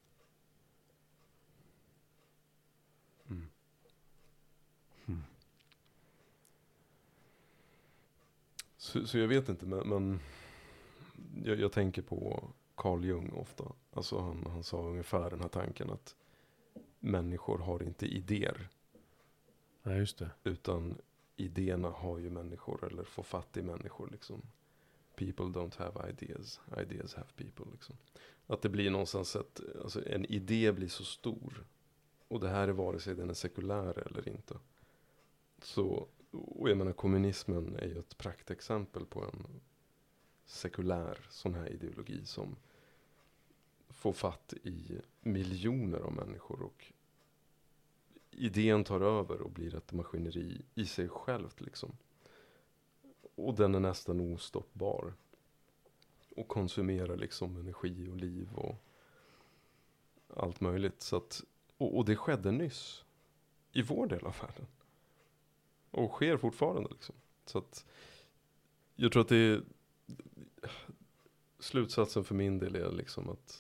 Så jag vet inte, men jag tänker på Carl Jung ofta. Alltså han sa ungefär den här tanken att människor har inte idéer. Ja, just det. Utan idéerna har ju människor, eller får fatt i människor liksom. People don't have ideas. Ideas have people liksom. Att det blir någonstans att alltså, en idé blir så stor. Och det här är vare sig den är sekulär eller inte. Så, och jag menar, kommunismen är ju ett praktexempel på en sekulär sån här ideologi som får fatt i miljoner av människor, och idén tar över och blir ett maskineri i sig självt liksom. Och den är nästan ostoppbar. Och konsumerar liksom energi och liv och allt möjligt. Så att, och det skedde nyss i vår del av världen. Och sker fortfarande liksom. Så att jag tror att slutsatsen för min del är liksom att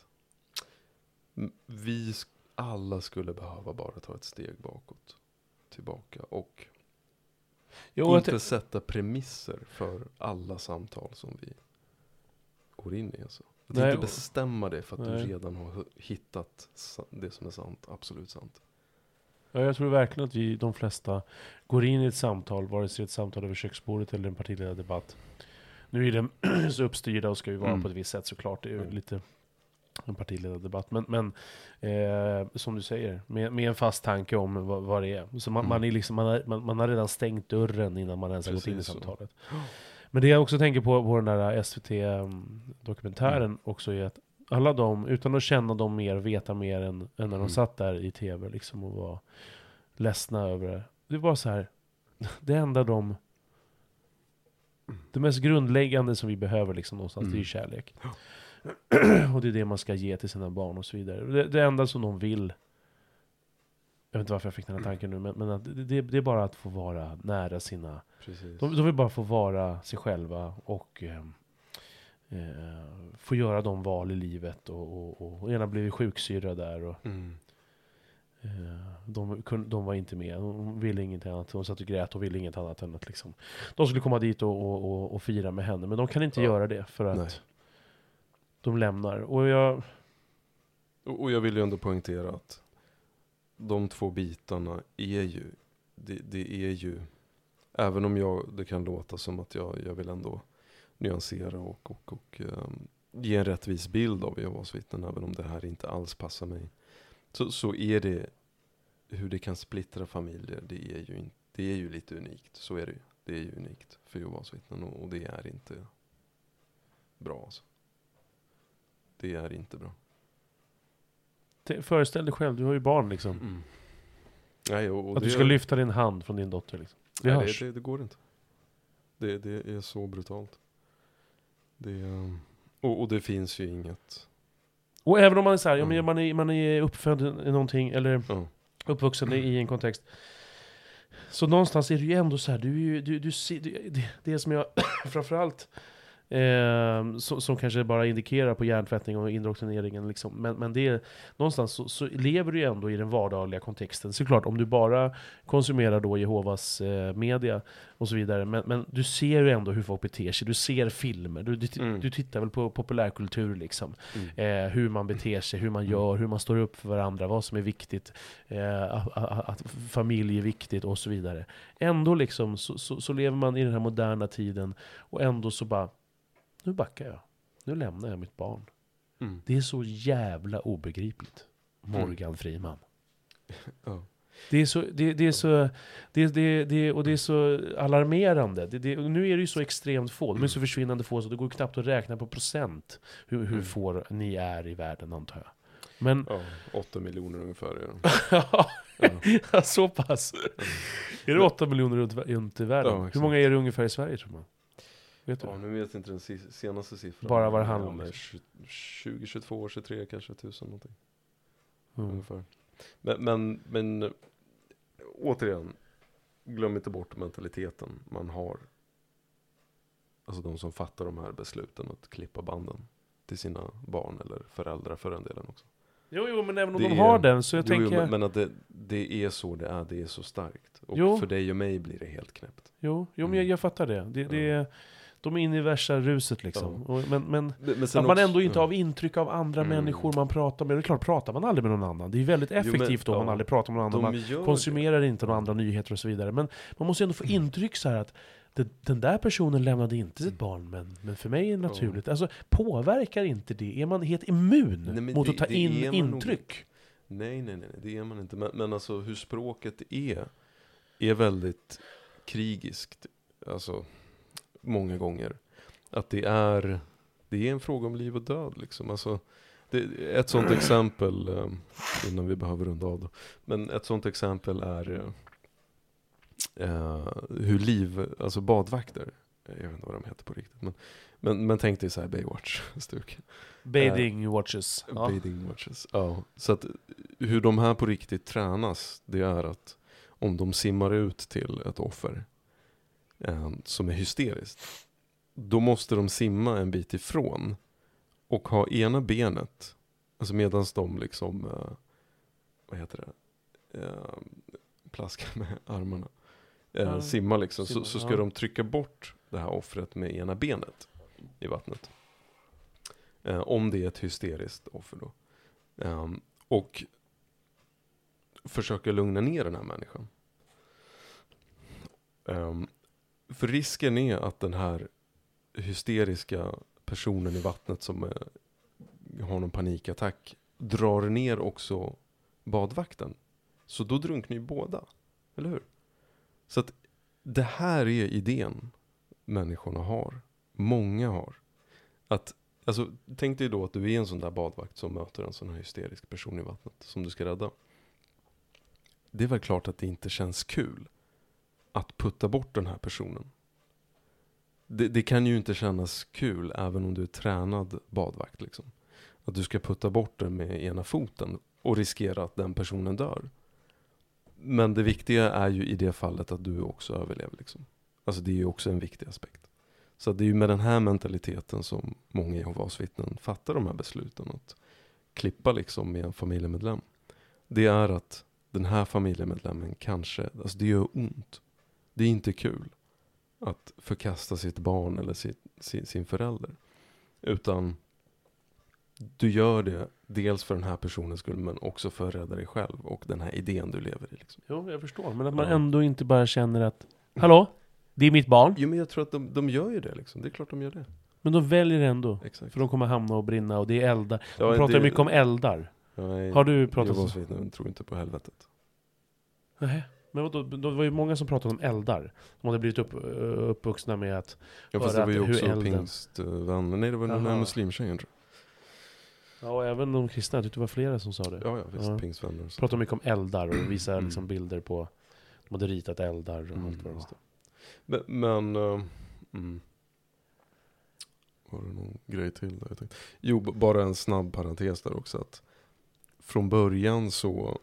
vi alla skulle behöva bara ta ett steg tillbaka och inte sätta premisser för alla samtal som vi går in i. Alltså. Att inte bestämma det för att du redan har hittat det som är sant, absolut sant. Ja, jag tror verkligen att de flesta går in i ett samtal, vare sig ett samtal över köksbordet eller en partiledardebatt. Nu är den så uppstyrda och ska ju vara på ett visst sätt såklart. Det är ju lite en partiledardebatt. Men som du säger, med en fast tanke om vad det är. Så man har redan stängt dörren innan man ens har gått in i samtalet. Men det jag också tänker på den där SVT-dokumentären också är att alla de, utan att känna dem mer, veta mer än när de satt där i tv liksom, och var ledsna över det. Det var så här, det enda det mest grundläggande som vi behöver liksom någonstans, det är kärlek. Och det är det man ska ge till sina barn och så vidare. Det enda som de vill, jag vet inte varför jag fick den här tanken nu, men att det är bara att få vara nära sina... De vill bara få vara sig själva och få göra de val i livet och gärna bli sjuksyrra där. Och, de var inte med. De ville inget annat. De satt och grät och ville inget annat än att liksom, de skulle komma dit och fira med henne. Men de kan inte göra det för att de lämnar. Och jag vill ju ändå poängtera att de två bitarna är ju, det är ju, även om det kan låta som att jag vill ändå nyansera och ge en rättvis bild av Jehovas vittnen, även om det här inte alls passar mig, så är det hur det kan splittra familjer, det är ju lite unikt. Så är det ju. Det är ju unikt för Jehovas vittnen och det är inte bra alltså. Det är inte bra. Föreställ dig själv, du har ju barn liksom. Nej, och att du ska lyfta din hand från din dotter liksom. Det går inte. Det är så brutalt. Och det finns ju inget. Och även om man är så här, man är uppfödd i någonting eller uppvuxen i en kontext, så någonstans är det ju ändå så här, du ser det som jag framförallt som kanske bara indikerar på hjärntvättning och indoktrineringen liksom. Men det är någonstans så lever du ju ändå i den vardagliga kontexten. Såklart, om du bara konsumerar då Jehovas media och så vidare, men du ser ju ändå hur folk beter sig. Du ser filmer, du tittar väl på populärkultur liksom. Hur man beter sig, hur man gör, hur man står upp för varandra, vad som är viktigt, att familj är viktigt och så vidare. Ändå liksom så lever man i den här moderna tiden och ändå så bara, nu backar jag. Nu lämnar jag mitt barn. Det är så jävla obegripligt. Morgan Friman. Det är så alarmerande. Nu är det ju så extremt få. De är så försvinnande få så det går knappt att räkna på procent hur få ni är i världen, antar jag. Men 8 miljoner ungefär. Ja, så pass. Är det 8 miljoner runt i världen? Hur många är det ungefär i Sverige, tror man? Vet du? Nu vet jag inte den senaste siffran. Bara vad det handlar om. 20, 22, 23, kanske 1000 någonting. Ungefär. Men återigen, glöm inte bort mentaliteten man har. Alltså de som fattar de här besluten att klippa banden till sina barn eller föräldrar för den delen också. Jo, men även om de har den så jag tänker... Men att det är så det är så starkt. Och för dig och mig blir det helt knäppt. Men jag fattar det. De är inne i värsta ruset liksom. Men att man ändå inte har intryck av andra människor man pratar med. Det är klart, pratar man aldrig med någon annan. Det är väldigt effektivt om man aldrig pratar med någon annan. Man konsumerar inte några andra nyheter och så vidare. Men man måste ändå få intryck så här att den där personen lämnade inte sitt barn, men för mig är det naturligt. Alltså, påverkar inte det? Är man helt immun mot att ta in intryck? Nej, det är man inte. Men alltså hur språket är väldigt krigiskt. Alltså många gånger. Att det är en fråga om liv och död liksom. Alltså, ett sånt exempel innan vi behöver runda av då. Men ett sånt exempel är hur alltså badvakter, jag vet inte vad de heter på riktigt, men tänk dig så här Baywatch-stuk. Bathing watches. Bathing watches, ja. Så att hur de här på riktigt tränas, det är att om de simmar ut till ett offer som är hysteriskt, då måste de simma en bit ifrån och ha ena benet, alltså medans de liksom, vad heter det, plaskar med armarna, simma liksom, så ska de trycka bort det här offret med ena benet i vattnet. Om det är ett hysteriskt offer då. Och försöka lugna ner den här människan. För risken är att den här hysteriska personen i vattnet som har någon panikattack drar ner också badvakten. Så då drunknar ju båda. Eller hur? Så att det här är idén människorna har. Många har. Att, alltså, tänk dig då att du är en sån där badvakt som möter en sån här hysterisk person i vattnet som du ska rädda. Det är väl klart att det inte känns kul att putta bort den här personen. Det kan ju inte kännas kul även om du är tränad badvakt liksom. Att du ska putta bort den med ena foten och riskera att den personen dör. Men det viktiga är ju i det fallet att du också överlever liksom. Alltså det är ju också en viktig aspekt. Så det är ju med den här mentaliteten som många Jehovas vittnen fattar de här besluten att klippa liksom med en familjemedlem. Det är att den här familjemedlemmen kanske, alltså det gör ont. Det är inte kul att förkasta sitt barn eller sin förälder. Utan du gör det dels för den här personens skull men också för att rädda dig själv och den här idén du lever i. Liksom. Jo, jag förstår. Men att man ändå inte bara känner att hallå, det är mitt barn. Jo, men jag tror att de gör ju det liksom. Det är klart de gör det. Men de väljer ändå. Exakt. För de kommer hamna och brinna och det är eldar. Ja, De pratar mycket om eldar. Nej, har du pratat om det? Jag tror inte på helvetet. Nej. Men vadå, det var ju många som pratade om eldar. De hade blivit uppvuxna med att ja, fast det var ju hur också elden... pingstvänner. Nej, det var den här muslimtjejen tror jag. Ja, och även de kristna. Jag tyckte det var flera som sa det. Ja, visst, pingstvänner. Pratade mycket om eldar och visade liksom bilder på... De hade ritat eldar och allt vad det stod. Men var det någon grej till där jag tänkte? Jo, bara en snabb parentes där också. Att från början så...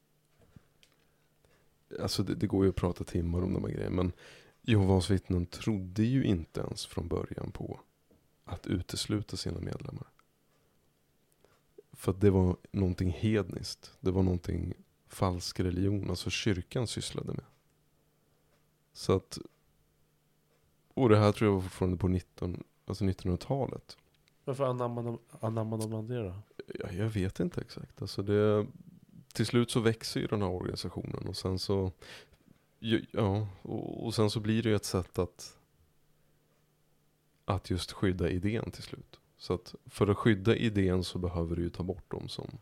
Alltså det går ju att prata timmar om de här grejerna. Men Jehovas vittnen trodde ju inte ens från början på att utesluta sina medlemmar. För att det var någonting hedniskt. Det var någonting falsk religion. Alltså kyrkan sysslade med. Så att... Och det här tror jag var fortfarande på 1900-talet. Varför anammade man det då? Ja, jag vet inte exakt. Alltså det... Till slut så växer ju den här organisationen och sen så och sen så blir det ju ett sätt att just skydda idén till slut. Så att för att skydda idén så behöver du ju ta bort dem som...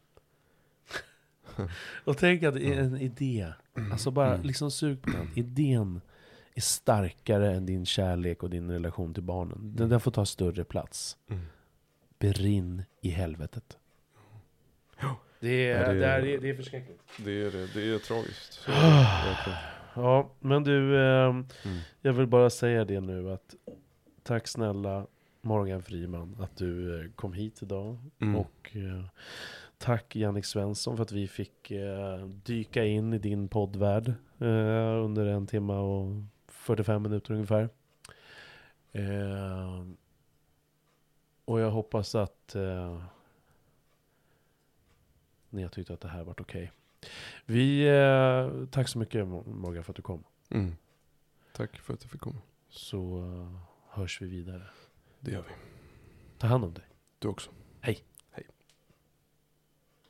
Och tänk att det är en idé. Alltså bara liksom sug på den. Idén är starkare än din kärlek och din relation till barnen. Den får ta större plats. Berinn i helvetet. Det är förskräckligt. Det är tragiskt. Så, ja, men du, jag vill bara säga det nu att tack snälla Morgan Friman att du kom hit idag. Och tack Jannik Svensson för att vi fick dyka in i din poddvärld under 1 timme och 45 minuter ungefär. Och jag hoppas att ni har tyckt att det här varit okej. Tack så mycket Morgan för att du kom. Tack för att du fick komma. Så hörs vi vidare. Det gör vi. Ta hand om dig. Du också. Hej.